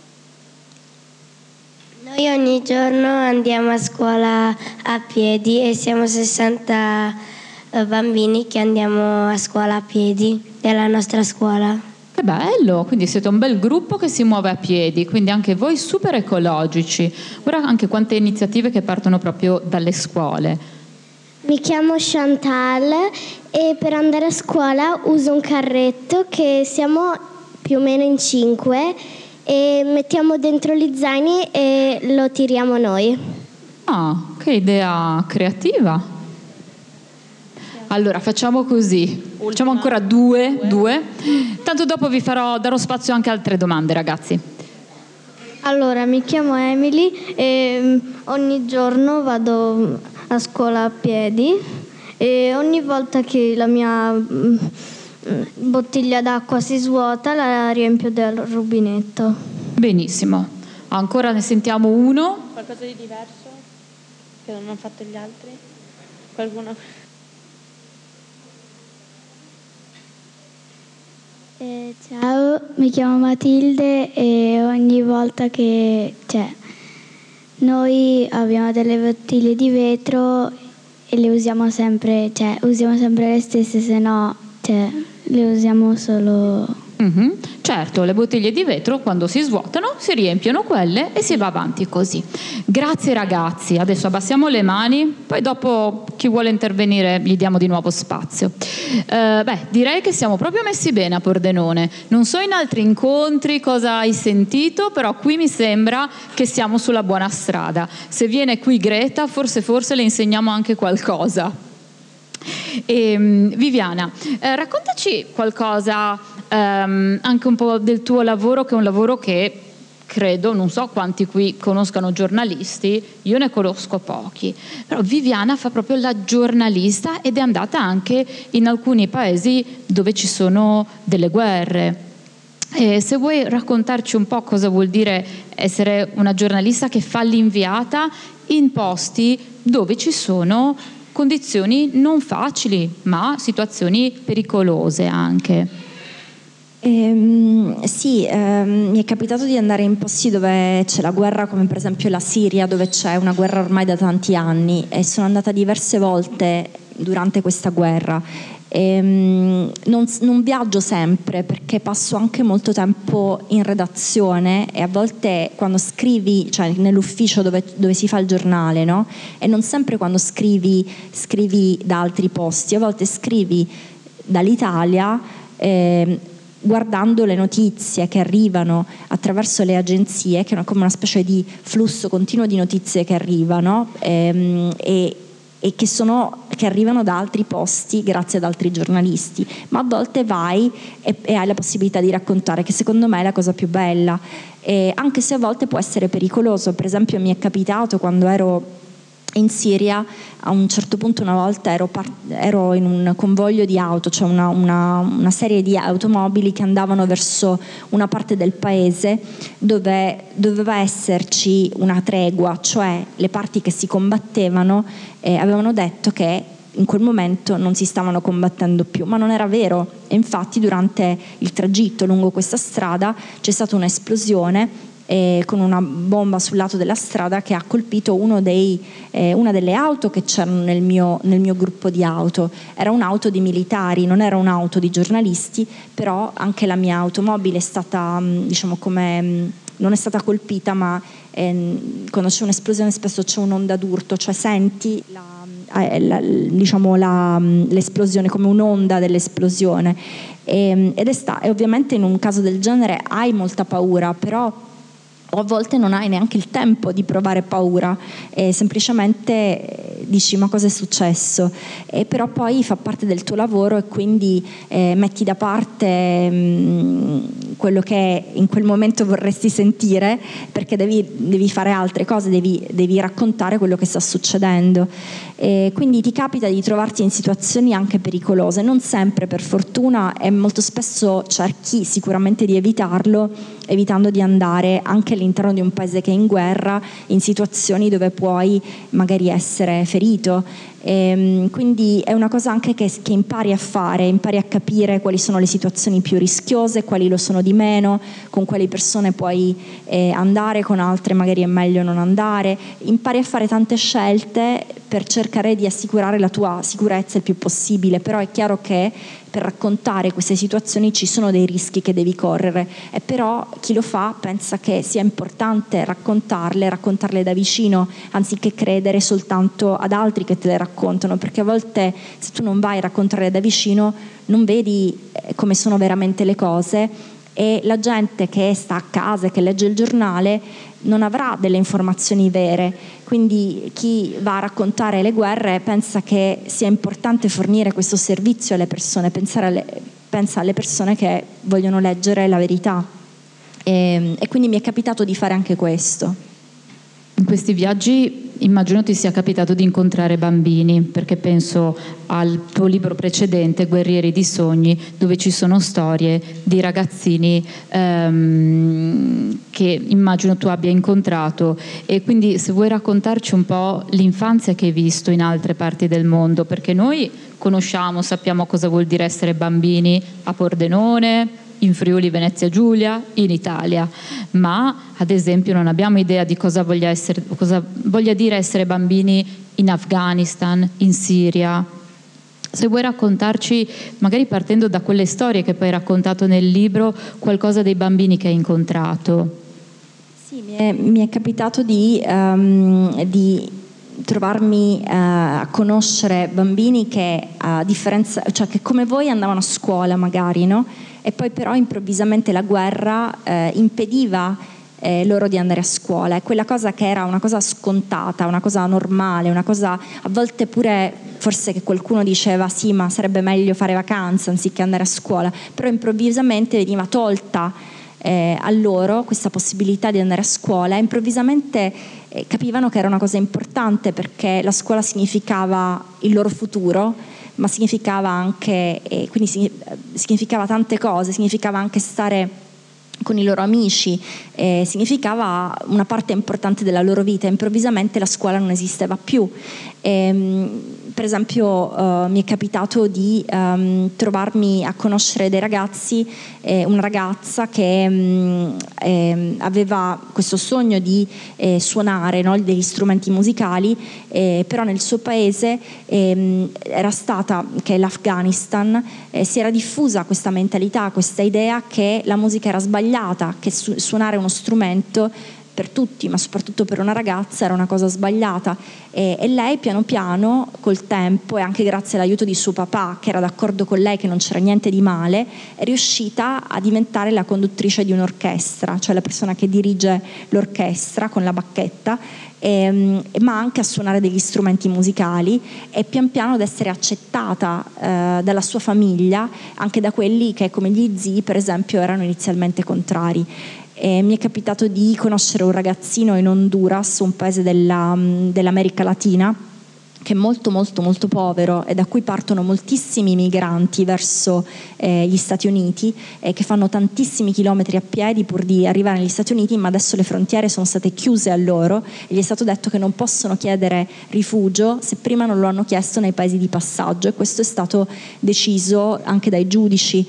Noi ogni giorno andiamo a scuola a piedi e siamo 60 bambini che andiamo a scuola a piedi della nostra scuola. Che bello, quindi siete un bel gruppo che si muove a piedi, quindi anche voi super ecologici. Ora anche quante iniziative che partono proprio dalle scuole. Mi chiamo Chantal e per andare a scuola uso un carretto che siamo più o meno in 5 e mettiamo dentro gli zaini e lo tiriamo noi. Ah, che idea creativa. Allora facciamo così, facciamo ancora due. Tanto dopo darò spazio anche a altre domande, ragazzi. Allora, mi chiamo Emily e ogni giorno vado a scuola a piedi e ogni volta che la mia bottiglia d'acqua si svuota la riempio del rubinetto. Benissimo, ancora ne sentiamo uno. Qualcosa di diverso che non hanno fatto gli altri? Qualcuno? Ciao, mi chiamo Matilde e ogni volta che noi abbiamo delle bottiglie di vetro e le usiamo sempre, usiamo sempre le stesse, se no le usiamo solo. Certo, le bottiglie di vetro quando si svuotano si riempiono quelle e si va avanti così. Grazie ragazzi, adesso abbassiamo le mani, poi dopo chi vuole intervenire gli diamo di nuovo spazio. Direi che siamo proprio messi bene a Pordenone. Non so in altri incontri cosa hai sentito, però qui mi sembra che siamo sulla buona strada. Se viene qui Greta, forse le insegniamo anche qualcosa. Viviana, raccontaci qualcosa anche un po' del tuo lavoro, che è un lavoro che credo, non so quanti qui conoscano giornalisti, io ne conosco pochi, però Viviana fa proprio la giornalista ed è andata anche in alcuni paesi dove ci sono delle guerre. Se vuoi raccontarci un po' cosa vuol dire essere una giornalista che fa l'inviata in posti dove ci sono condizioni non facili, ma situazioni pericolose anche. Sì, mi è capitato di andare in posti dove c'è la guerra, come per esempio la Siria, dove c'è una guerra ormai da tanti anni, e sono andata diverse volte durante questa guerra. Non viaggio sempre, perché passo anche molto tempo in redazione, e a volte quando scrivi, cioè nell'ufficio dove si fa il giornale, no? E non sempre quando scrivi da altri posti, a volte scrivi dall'Italia, guardando le notizie che arrivano attraverso le agenzie, che è come una specie di flusso continuo di notizie che arrivano, e che arrivano da altri posti grazie ad altri giornalisti, ma a volte vai e hai la possibilità di raccontare, che secondo me è la cosa più bella, anche se a volte può essere pericoloso. Per esempio mi è capitato quando ero in Siria, a un certo punto una volta ero in un convoglio di auto, cioè una serie di automobili che andavano verso una parte del paese dove doveva esserci una tregua, cioè le parti che si combattevano avevano detto che in quel momento non si stavano combattendo più, ma non era vero, e infatti durante il tragitto lungo questa strada c'è stata un'esplosione con una bomba sul lato della strada che ha colpito una delle auto che c'erano nel mio gruppo di auto. Era un'auto di militari, non era un'auto di giornalisti, però anche la mia automobile è stata, non è stata colpita, ma quando c'è un'esplosione spesso c'è un'onda d'urto, cioè senti l'esplosione come un'onda dell'esplosione, e ovviamente in un caso del genere hai molta paura, però a volte non hai neanche il tempo di provare paura, semplicemente dici ma cosa è successo, però poi fa parte del tuo lavoro, e quindi metti da parte quello che in quel momento vorresti sentire, perché devi fare altre cose, devi raccontare quello che sta succedendo, quindi ti capita di trovarti in situazioni anche pericolose, non sempre per fortuna, e molto spesso cerchi sicuramente di evitarlo, evitando di andare anche all'interno di un paese che è in guerra, in situazioni dove puoi magari essere ferito. Quindi è una cosa anche che impari a fare, impari a capire quali sono le situazioni più rischiose, quali lo sono di meno, con quali persone puoi andare, con altre magari è meglio non andare. Impari a fare tante scelte per cercare di assicurare la tua sicurezza il più possibile, però è chiaro che per raccontare queste situazioni ci sono dei rischi che devi correre, e però chi lo fa pensa che sia importante raccontarle da vicino, anziché credere soltanto ad altri che te le raccontano, perché a volte se tu non vai a raccontarle da vicino non vedi come sono veramente le cose, e la gente che sta a casa e che legge il giornale non avrà delle informazioni vere. Quindi chi va a raccontare le guerre pensa che sia importante fornire questo servizio alle persone, pensa alle persone che vogliono leggere la verità, e quindi mi è capitato di fare anche questo. In questi viaggi immagino ti sia capitato di incontrare bambini, perché penso al tuo libro precedente, Guerrieri di sogni, dove ci sono storie di ragazzini che immagino tu abbia incontrato, e quindi se vuoi raccontarci un po' l'infanzia che hai visto in altre parti del mondo, perché noi sappiamo cosa vuol dire essere bambini a Pordenone, in Friuli Venezia Giulia, in Italia, ma ad esempio non abbiamo idea di cosa voglia dire essere bambini in Afghanistan, in Siria. Se vuoi raccontarci, magari partendo da quelle storie che poi hai raccontato nel libro, qualcosa dei bambini che hai incontrato. Sì, mi è capitato di trovarmi a conoscere bambini che a differenza, cioè che come voi andavano a scuola magari, no? E poi però improvvisamente la guerra impediva loro di andare a scuola, e quella cosa che era una cosa scontata, una cosa normale, una cosa a volte pure forse che qualcuno diceva sì, ma sarebbe meglio fare vacanza anziché andare a scuola, però improvvisamente veniva tolta a loro questa possibilità di andare a scuola, e improvvisamente capivano che era una cosa importante, perché la scuola significava il loro futuro, ma significava anche, quindi significava tante cose, significava anche stare con i loro amici, significava una parte importante della loro vita. Improvvisamente la scuola non esisteva più. Per esempio mi è capitato di trovarmi a conoscere dei ragazzi, una ragazza che aveva questo sogno di suonare, no, degli strumenti musicali, però nel suo paese era stata, che è l'Afghanistan, si era diffusa questa mentalità, questa idea che la musica era sbagliata, che suonare uno strumento per tutti, ma soprattutto per una ragazza, era una cosa sbagliata, e lei piano piano col tempo, e anche grazie all'aiuto di suo papà, che era d'accordo con lei che non c'era niente di male, è riuscita a diventare la conduttrice di un'orchestra, cioè la persona che dirige l'orchestra con la bacchetta, ma anche a suonare degli strumenti musicali, e pian piano ad essere accettata dalla sua famiglia, anche da quelli che, come gli zii per esempio, erano inizialmente contrari. Mi è capitato di conoscere un ragazzino in Honduras, un paese dell'America Latina, che è molto molto molto povero e da cui partono moltissimi migranti verso gli Stati Uniti, che fanno tantissimi chilometri a piedi pur di arrivare negli Stati Uniti, ma adesso le frontiere sono state chiuse a loro e gli è stato detto che non possono chiedere rifugio se prima non lo hanno chiesto nei paesi di passaggio, e questo è stato deciso anche dai giudici.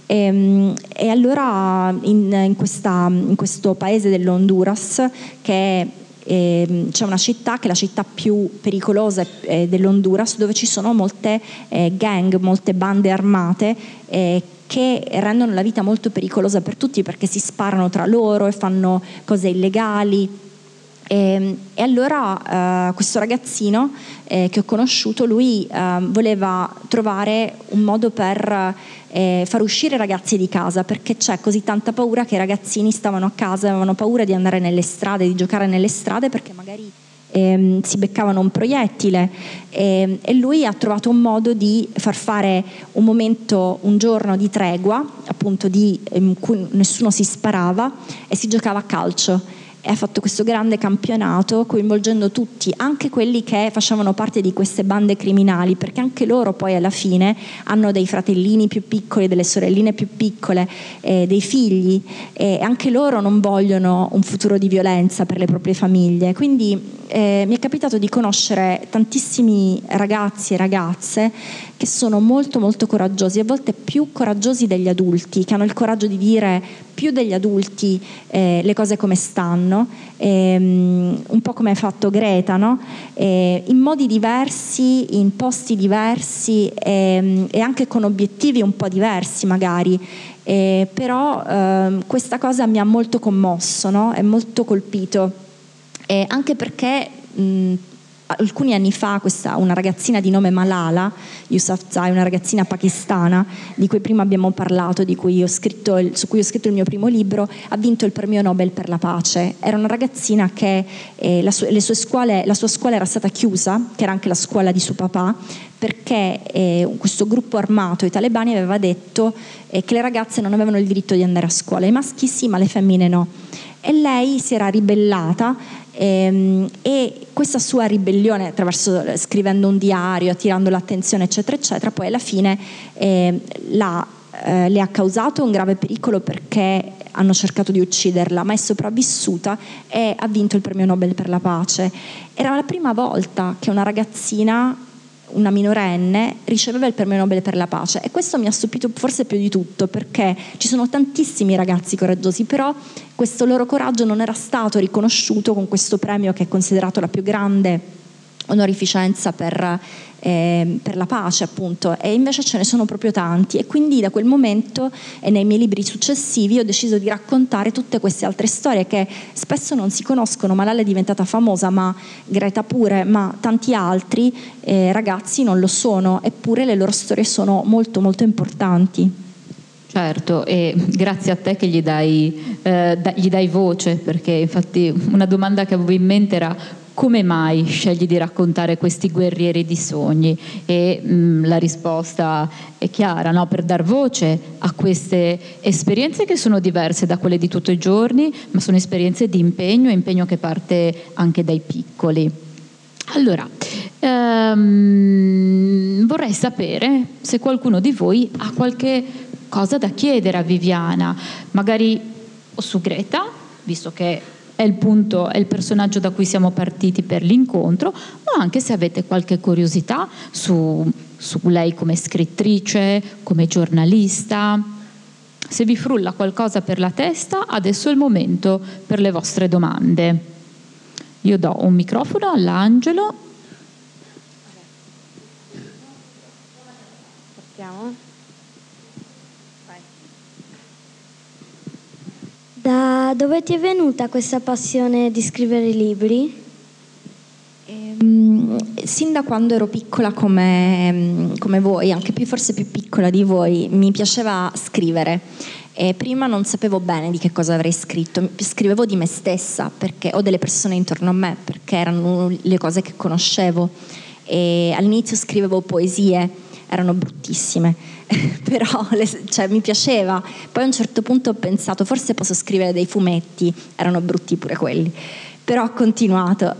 E allora in questo paese dell'Honduras, che c'è una città che è la città più pericolosa dell'Honduras, dove ci sono molte gang, molte bande armate che rendono la vita molto pericolosa per tutti, perché si sparano tra loro e fanno cose illegali. E allora questo ragazzino che ho conosciuto, lui voleva trovare un modo per far uscire i ragazzi di casa, perché c'è così tanta paura che i ragazzini stavano a casa, avevano paura di andare nelle strade, di giocare nelle strade, perché magari si beccavano un proiettile, e lui ha trovato un modo di far fare un giorno di tregua, appunto in cui nessuno si sparava e si giocava a calcio. E ha fatto questo grande campionato coinvolgendo tutti, anche quelli che facevano parte di queste bande criminali, perché anche loro poi alla fine hanno dei fratellini più piccoli, delle sorelline più piccole, dei figli, e anche loro non vogliono un futuro di violenza per le proprie famiglie. Quindi mi è capitato di conoscere tantissimi ragazzi e ragazze che sono molto molto coraggiosi, a volte più coraggiosi degli adulti, che hanno il coraggio di dire più degli adulti le cose come stanno, un po' come ha fatto Greta, no? In modi diversi, in posti diversi, e anche con obiettivi un po' diversi magari, però questa cosa mi ha molto commosso, no? È molto colpito, anche perché alcuni anni fa una ragazzina di nome Malala Yousafzai, una ragazzina pakistana di cui prima abbiamo parlato, su cui ho scritto il mio primo libro, ha vinto il premio Nobel per la pace. Era una ragazzina che la sua scuola era stata chiusa, che era anche la scuola di suo papà, perché questo gruppo armato, i talebani, aveva detto che le ragazze non avevano il diritto di andare a scuola, i maschi sì ma le femmine no. E lei si era ribellata, e questa sua ribellione, scrivendo un diario, attirando l'attenzione eccetera eccetera, poi alla fine le ha causato un grave pericolo, perché hanno cercato di ucciderla, ma è sopravvissuta e ha vinto il premio Nobel per la pace. Era la prima volta che una ragazzina, una minorenne, riceveva il premio Nobel per la pace, e questo mi ha stupito forse più di tutto, perché ci sono tantissimi ragazzi coraggiosi, però questo loro coraggio non era stato riconosciuto con questo premio, che è considerato la più grande onorificenza per la pace, appunto, e invece ce ne sono proprio tanti. E quindi da quel momento e nei miei libri successivi ho deciso di raccontare tutte queste altre storie che spesso non si conoscono. Malala è diventata famosa, ma Greta pure, ma tanti altri ragazzi non lo sono, eppure le loro storie sono molto molto importanti. Certo, e grazie a te che gli dai voce, perché infatti una domanda che avevo in mente era: come mai scegli di raccontare questi guerrieri di sogni? E la risposta è chiara, no? Per dar voce a queste esperienze che sono diverse da quelle di tutti i giorni, ma sono esperienze di impegno che parte anche dai piccoli. Allora, vorrei sapere se qualcuno di voi ha qualche cosa da chiedere a Viviana, magari o su Greta, visto che è il personaggio da cui siamo partiti per l'incontro, o anche se avete qualche curiosità su lei come scrittrice, come giornalista. Se vi frulla qualcosa per la testa, adesso è il momento per le vostre domande. Io do un microfono all'Angelo. Partiamo? Da dove ti è venuta questa passione di scrivere libri? Sin da quando ero piccola come voi, anche forse più piccola di voi, mi piaceva scrivere. E prima non sapevo bene di che cosa avrei scritto, scrivevo di me stessa o delle persone intorno a me, perché erano le cose che conoscevo. E all'inizio scrivevo poesie, erano bruttissime, però mi piaceva. Poi a un certo punto ho pensato forse posso scrivere dei fumetti, erano brutti pure quelli, però ho continuato.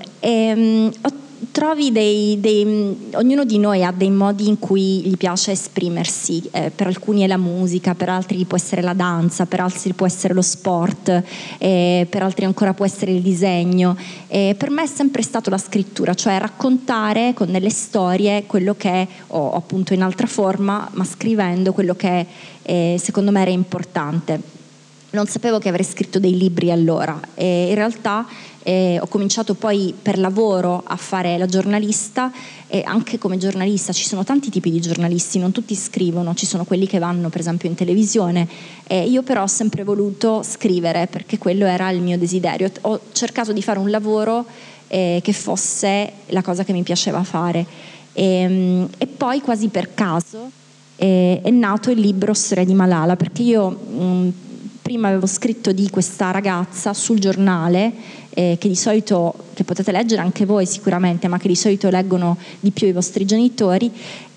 Trovi ognuno di noi ha dei modi in cui gli piace esprimersi, per alcuni è la musica, per altri può essere la danza, per altri può essere lo sport, per altri ancora può essere il disegno. Per me è sempre stato la scrittura, cioè raccontare con delle storie quello che ho appunto in altra forma, ma scrivendo quello che secondo me era importante. Non sapevo che avrei scritto dei libri allora, in realtà ho cominciato poi per lavoro a fare la giornalista, e anche come giornalista ci sono tanti tipi di giornalisti, non tutti scrivono, ci sono quelli che vanno per esempio in televisione, io però ho sempre voluto scrivere perché quello era il mio desiderio. Ho cercato di fare un lavoro che fosse la cosa che mi piaceva fare, e poi quasi per caso è nato il libro Storia di Malala, perché io prima avevo scritto di questa ragazza sul giornale, che di solito, che potete leggere anche voi sicuramente, ma che di solito leggono di più i vostri genitori,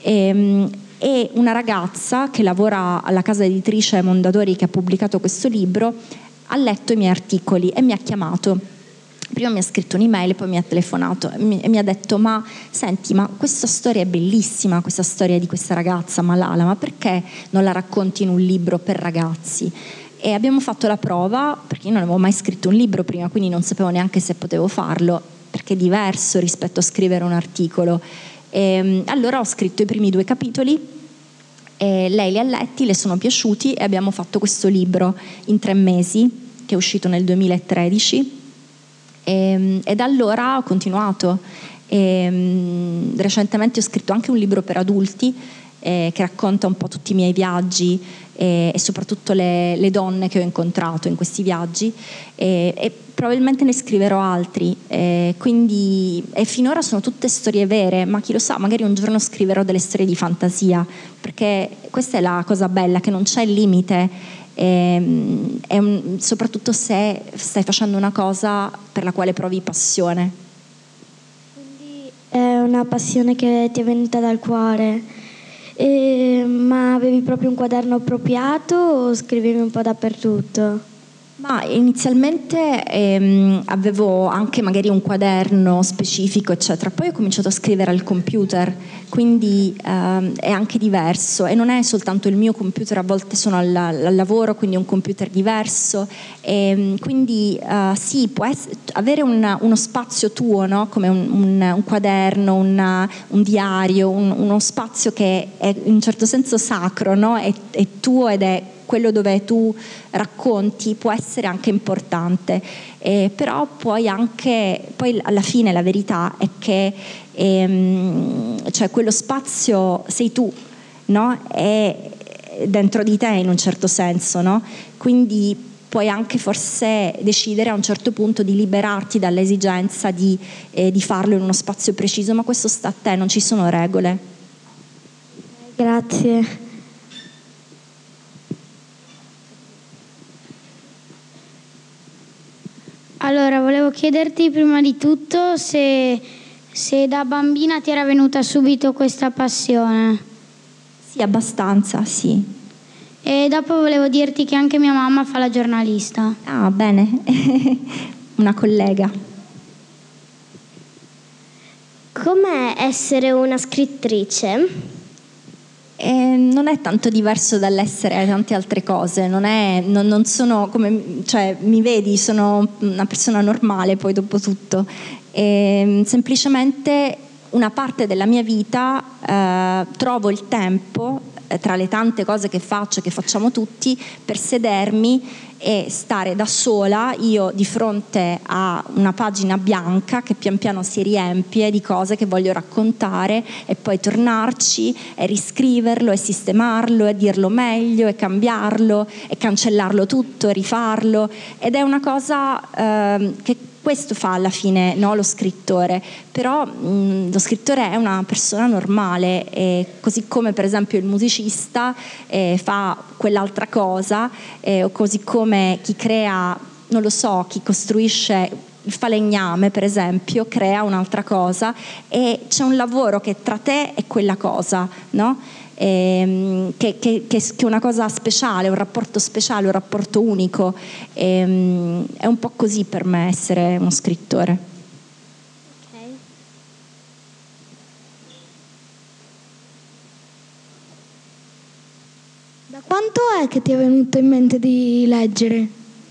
e una ragazza che lavora alla casa editrice Mondadori, che ha pubblicato questo libro, ha letto i miei articoli e mi ha chiamato. Prima mi ha scritto un'email, poi mi ha telefonato e mi ha detto: ma senti, ma questa storia è bellissima, questa storia di questa ragazza Malala, ma perché non la racconti in un libro per ragazzi? E abbiamo fatto la prova, perché io non avevo mai scritto un libro prima, quindi non sapevo neanche se potevo farlo, perché è diverso rispetto a scrivere un articolo. Allora ho scritto i primi 2 capitoli, e lei li ha letti, le sono piaciuti e abbiamo fatto questo libro in 3 mesi, che è uscito nel 2013, e da allora ho continuato. Recentemente ho scritto anche un libro per adulti, che racconta un po' tutti i miei viaggi e soprattutto le donne che ho incontrato in questi viaggi, e probabilmente ne scriverò altri, quindi finora sono tutte storie vere, ma chi lo sa, magari un giorno scriverò delle storie di fantasia, perché questa è la cosa bella, che non c'è il limite, soprattutto se stai facendo una cosa per la quale provi passione. Quindi è una passione che ti è venuta dal cuore. Ma avevi proprio un quaderno appropriato o scrivevi un po' dappertutto? Ma inizialmente avevo anche magari un quaderno specifico, eccetera. Poi ho cominciato a scrivere al computer, quindi è anche diverso, e non è soltanto il mio computer, a volte sono al lavoro, quindi è un computer diverso, quindi sì, può avere uno spazio tuo, no? Come un quaderno, un diario, uno spazio che è in un certo senso sacro, no? È tuo ed è quello dove tu racconti, può essere anche importante, però poi alla fine la verità è che cioè quello spazio sei tu, no? È dentro di te in un certo senso, no? Quindi puoi anche forse decidere a un certo punto di liberarti dall'esigenza di farlo in uno spazio preciso, ma questo sta a te, non ci sono regole. Grazie. Allora, volevo chiederti prima di tutto se da bambina ti era venuta subito questa passione. Sì, abbastanza, sì. E dopo volevo dirti che anche mia mamma fa la giornalista. Ah, bene, una collega. Com'è essere una scrittrice? non è tanto diverso dall'essere tante altre cose, non sono come, cioè, mi vedi, sono una persona normale poi dopo tutto, semplicemente una parte della mia vita trovo il tempo, tra le tante cose che faccio e che facciamo tutti, per sedermi e stare da sola, io di fronte a una pagina bianca che pian piano si riempie di cose che voglio raccontare, e poi tornarci e riscriverlo e sistemarlo e dirlo meglio e cambiarlo e cancellarlo tutto e rifarlo, ed è una cosa che questo fa alla fine, no, lo scrittore. Però lo scrittore è una persona normale, così come per esempio il musicista fa quell'altra cosa, o così come chi crea, non lo so, chi costruisce il falegname per esempio crea un'altra cosa, e c'è un lavoro che tra te e quella cosa, no? Che è una cosa speciale, un rapporto speciale, un rapporto unico. È un po' così per me essere uno scrittore. Okay. Da quanto è che ti è venuto in mente di leggere?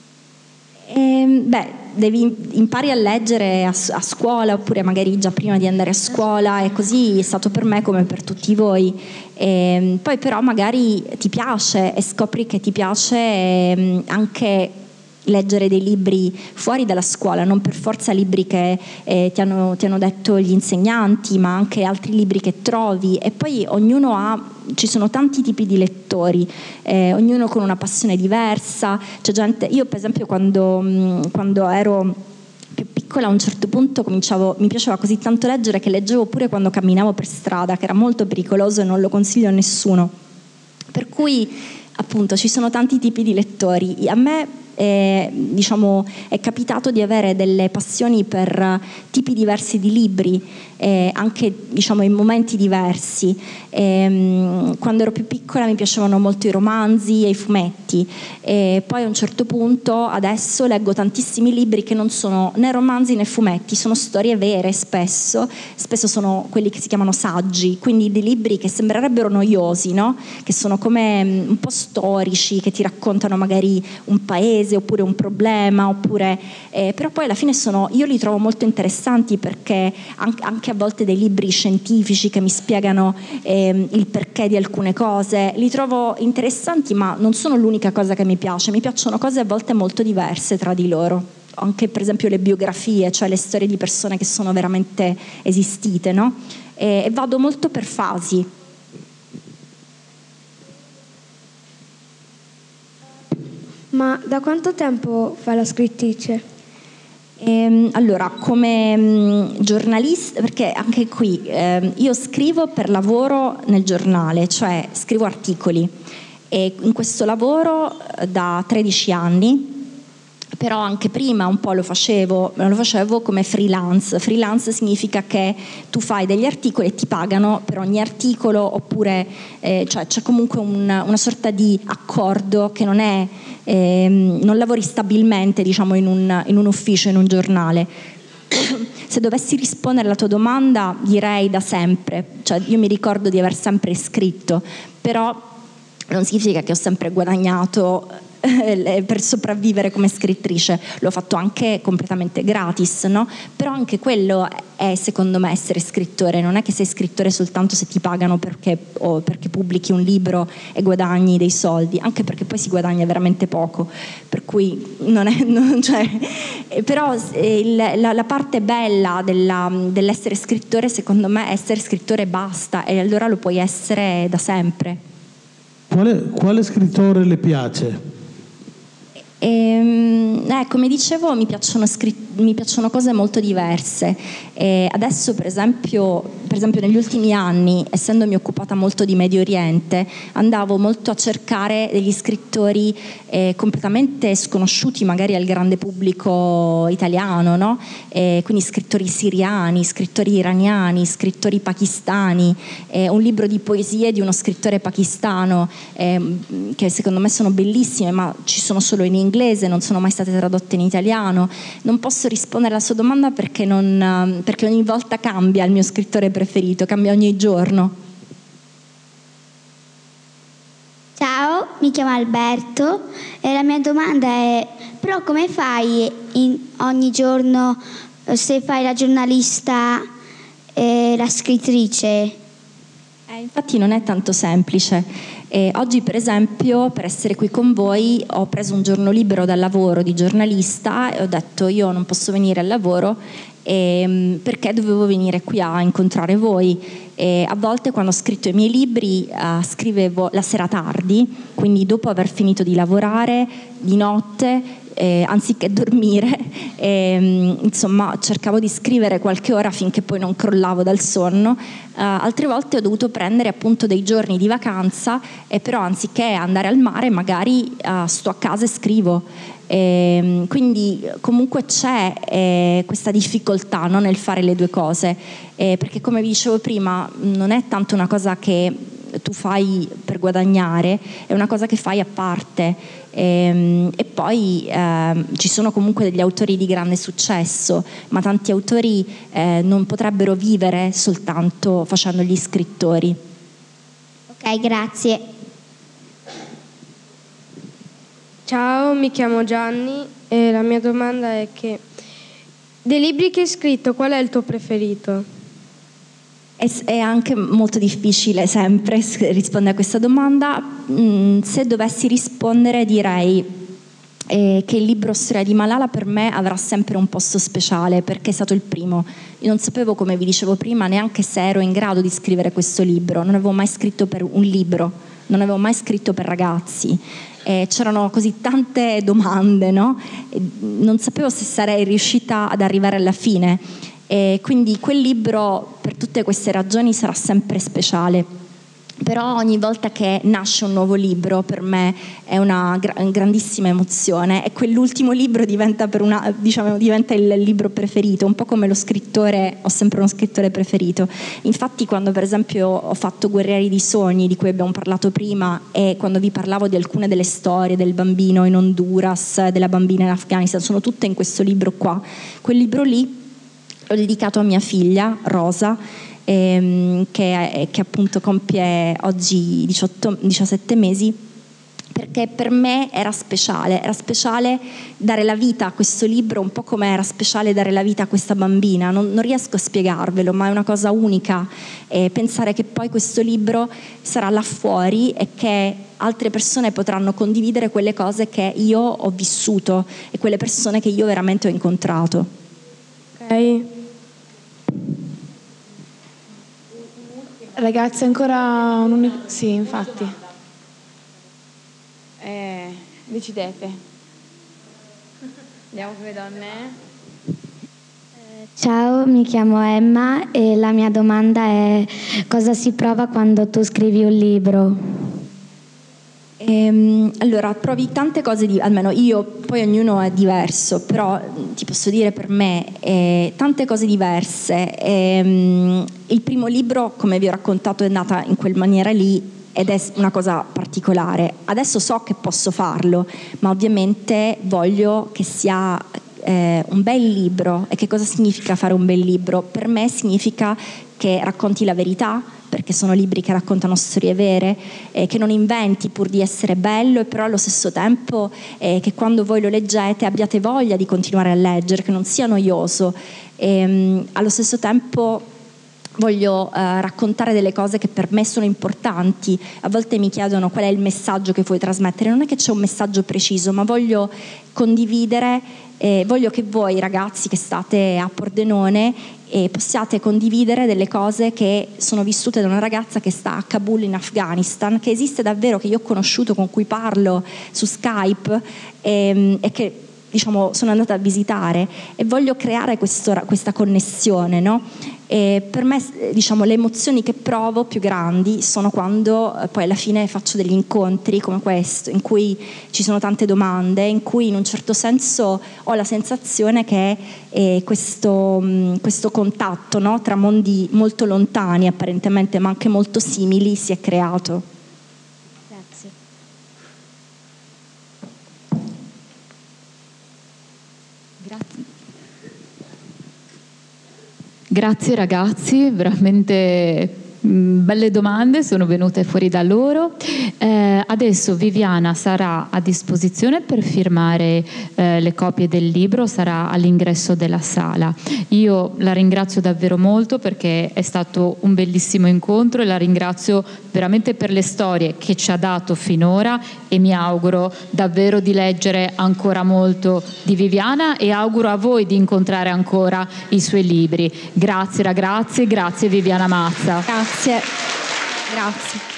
Impari a leggere a scuola, oppure magari già prima di andare a scuola, e così è stato per me come per tutti voi. Poi però magari ti piace e scopri che ti piace anche leggere dei libri fuori dalla scuola, non per forza libri che ti hanno detto gli insegnanti, ma anche altri libri che trovi. E poi ci sono tanti tipi di lettori, ognuno con una passione diversa. C'è gente, io per esempio quando ero più piccola, a un certo punto mi piaceva così tanto leggere che leggevo pure quando camminavo per strada, che era molto pericoloso e non lo consiglio a nessuno. Per cui appunto ci sono tanti tipi di lettori. A me è capitato di avere delle passioni per tipi diversi di libri, anche in momenti diversi. Quando ero più piccola mi piacevano molto i romanzi e i fumetti, e poi a un certo punto adesso leggo tantissimi libri che non sono né romanzi né fumetti, sono storie vere. Spesso sono quelli che si chiamano saggi, quindi dei libri che sembrerebbero noiosi, no? Che sono come un po' storici, che ti raccontano magari un paese oppure un problema, oppure però poi alla fine io li trovo molto interessanti, perché anche a volte dei libri scientifici che mi spiegano il perché di alcune cose li trovo interessanti, ma non sono l'unica cosa che mi piace. Mi piacciono cose a volte molto diverse tra di loro, anche per esempio le biografie, cioè le storie di persone che sono veramente esistite, no? E vado molto per fasi. Ma da quanto tempo fai la scrittrice? Allora, come giornalista, perché anche qui io scrivo per lavoro nel giornale, cioè scrivo articoli, e in questo lavoro da 13 anni. Però anche prima un po' lo facevo come freelance. Freelance significa che tu fai degli articoli e ti pagano per ogni articolo, oppure cioè c'è comunque una sorta di accordo che non lavori stabilmente, in un ufficio, in un giornale. Se dovessi rispondere alla tua domanda, direi da sempre. Cioè io mi ricordo di aver sempre scritto, però non significa che ho sempre guadagnato per sopravvivere come scrittrice. L'ho fatto anche completamente gratis, no? Però anche quello è, secondo me, essere scrittore. Non è che sei scrittore soltanto se ti pagano perché pubblichi un libro e guadagni dei soldi, anche perché poi si guadagna veramente poco, per cui però la parte bella dell'essere scrittore, secondo me, è essere scrittore e basta, e allora lo puoi essere da sempre. Quale scrittore le piace? Come dicevo, mi piacciono cose molto diverse. Adesso per esempio negli ultimi anni, essendomi occupata molto di Medio Oriente, andavo molto a cercare degli scrittori completamente sconosciuti magari al grande pubblico italiano, no? Quindi scrittori siriani, scrittori iraniani, scrittori pakistani. Un libro di poesie di uno scrittore pakistano che secondo me sono bellissime, ma ci sono solo in inglese, non sono mai state tradotte in italiano. Non posso rispondere alla sua domanda perché ogni volta cambia il mio scrittore preferito, cambia ogni giorno. mi chiamo Alberto e la mia domanda è: però come fai ogni giorno, se fai la giornalista e la scrittrice? Infatti non è tanto semplice. Oggi per esempio, per essere qui con voi, ho preso un giorno libero dal lavoro di giornalista e ho detto io non posso venire al lavoro perché dovevo venire qui a incontrare voi. A volte quando ho scritto i miei libri scrivevo la sera tardi, quindi dopo aver finito di lavorare di notte, anziché dormire, insomma cercavo di scrivere qualche ora finché poi non crollavo dal sonno. Altre volte ho dovuto prendere appunto dei giorni di vacanza, però anziché andare al mare magari sto a casa e scrivo. Quindi comunque c'è questa difficoltà, no, nel fare le due cose, perché come vi dicevo prima non è tanto una cosa che tu fai per guadagnare, è una cosa che fai a parte. E poi ci sono comunque degli autori di grande successo, ma tanti autori non potrebbero vivere soltanto facendo gli scrittori. Ok, grazie. Ciao, mi chiamo Gianni e la mia domanda è che dei libri che hai scritto qual è il tuo preferito? È anche molto difficile sempre rispondere a questa domanda. Se dovessi rispondere direi che il libro Storia di Malala per me avrà sempre un posto speciale perché è stato il primo. Io non sapevo, come vi dicevo prima, neanche se ero in grado di scrivere questo libro. Non avevo mai scritto per un libro, non avevo mai scritto per ragazzi. C'erano così tante domande, no? Non sapevo se sarei riuscita ad arrivare alla fine. Quindi quel libro per tutte queste ragioni sarà sempre speciale. Però ogni volta che nasce un nuovo libro per me è una grandissima emozione e quell'ultimo libro diventa diventa il libro preferito, un po' come lo scrittore, ho sempre uno scrittore preferito. Infatti quando per esempio ho fatto Guerrieri di Sogni, di cui abbiamo parlato prima, e quando vi parlavo di alcune delle storie del bambino in Honduras, della bambina in Afghanistan, sono tutte in questo libro qua. Quel libro lì l'ho dedicato a mia figlia Rosa, che appunto compie oggi 17 mesi, perché per me era speciale dare la vita a questo libro, un po' come era speciale dare la vita a questa bambina. Non riesco a spiegarvelo, ma è una cosa unica, pensare che poi questo libro sarà là fuori e che altre persone potranno condividere quelle cose che io ho vissuto e quelle persone che io veramente ho incontrato. Ok. Ragazzi, ancora un unico... Sì, infatti. Decidete. Andiamo con le donne. Ciao, mi chiamo Emma e la mia domanda è: cosa si prova quando tu scrivi un libro? Allora, provi tante cose, almeno io, poi ognuno è diverso, però ti posso dire per me tante cose diverse. Il primo libro, come vi ho raccontato, è nata in quel maniera lì ed è una cosa particolare. Adesso so che posso farlo, ma ovviamente voglio che sia un bel libro. E che cosa significa fare un bel libro? Per me significa che racconti la verità, perché sono libri che raccontano storie vere, che non inventi pur di essere bello, e però allo stesso tempo che quando voi lo leggete abbiate voglia di continuare a leggere, che non sia noioso. Allo stesso tempo voglio raccontare delle cose che per me sono importanti. A volte mi chiedono qual è il messaggio che vuoi trasmettere. Non è che c'è un messaggio preciso, ma voglio condividere, voglio che voi ragazzi che state a Pordenone possiate condividere delle cose che sono vissute da una ragazza che sta a Kabul in Afghanistan, che esiste davvero, che io ho conosciuto, con cui parlo su Skype e che sono andata a visitare, e voglio creare questa connessione, no? E per me le emozioni che provo più grandi sono quando poi alla fine faccio degli incontri come questo, in cui ci sono tante domande, in cui in un certo senso ho la sensazione che questo contatto, no, tra mondi molto lontani apparentemente ma anche molto simili si è creato. Grazie. Grazie ragazzi, veramente belle domande sono venute fuori da loro. Adesso Viviana sarà a disposizione per firmare le copie del libro, sarà all'ingresso della sala. Io la ringrazio davvero molto perché è stato un bellissimo incontro e la ringrazio veramente per le storie che ci ha dato finora, e mi auguro davvero di leggere ancora molto di Viviana e auguro a voi di incontrare ancora i suoi libri. Grazie ragazzi, grazie Viviana Mazza. Grazie. Grazie.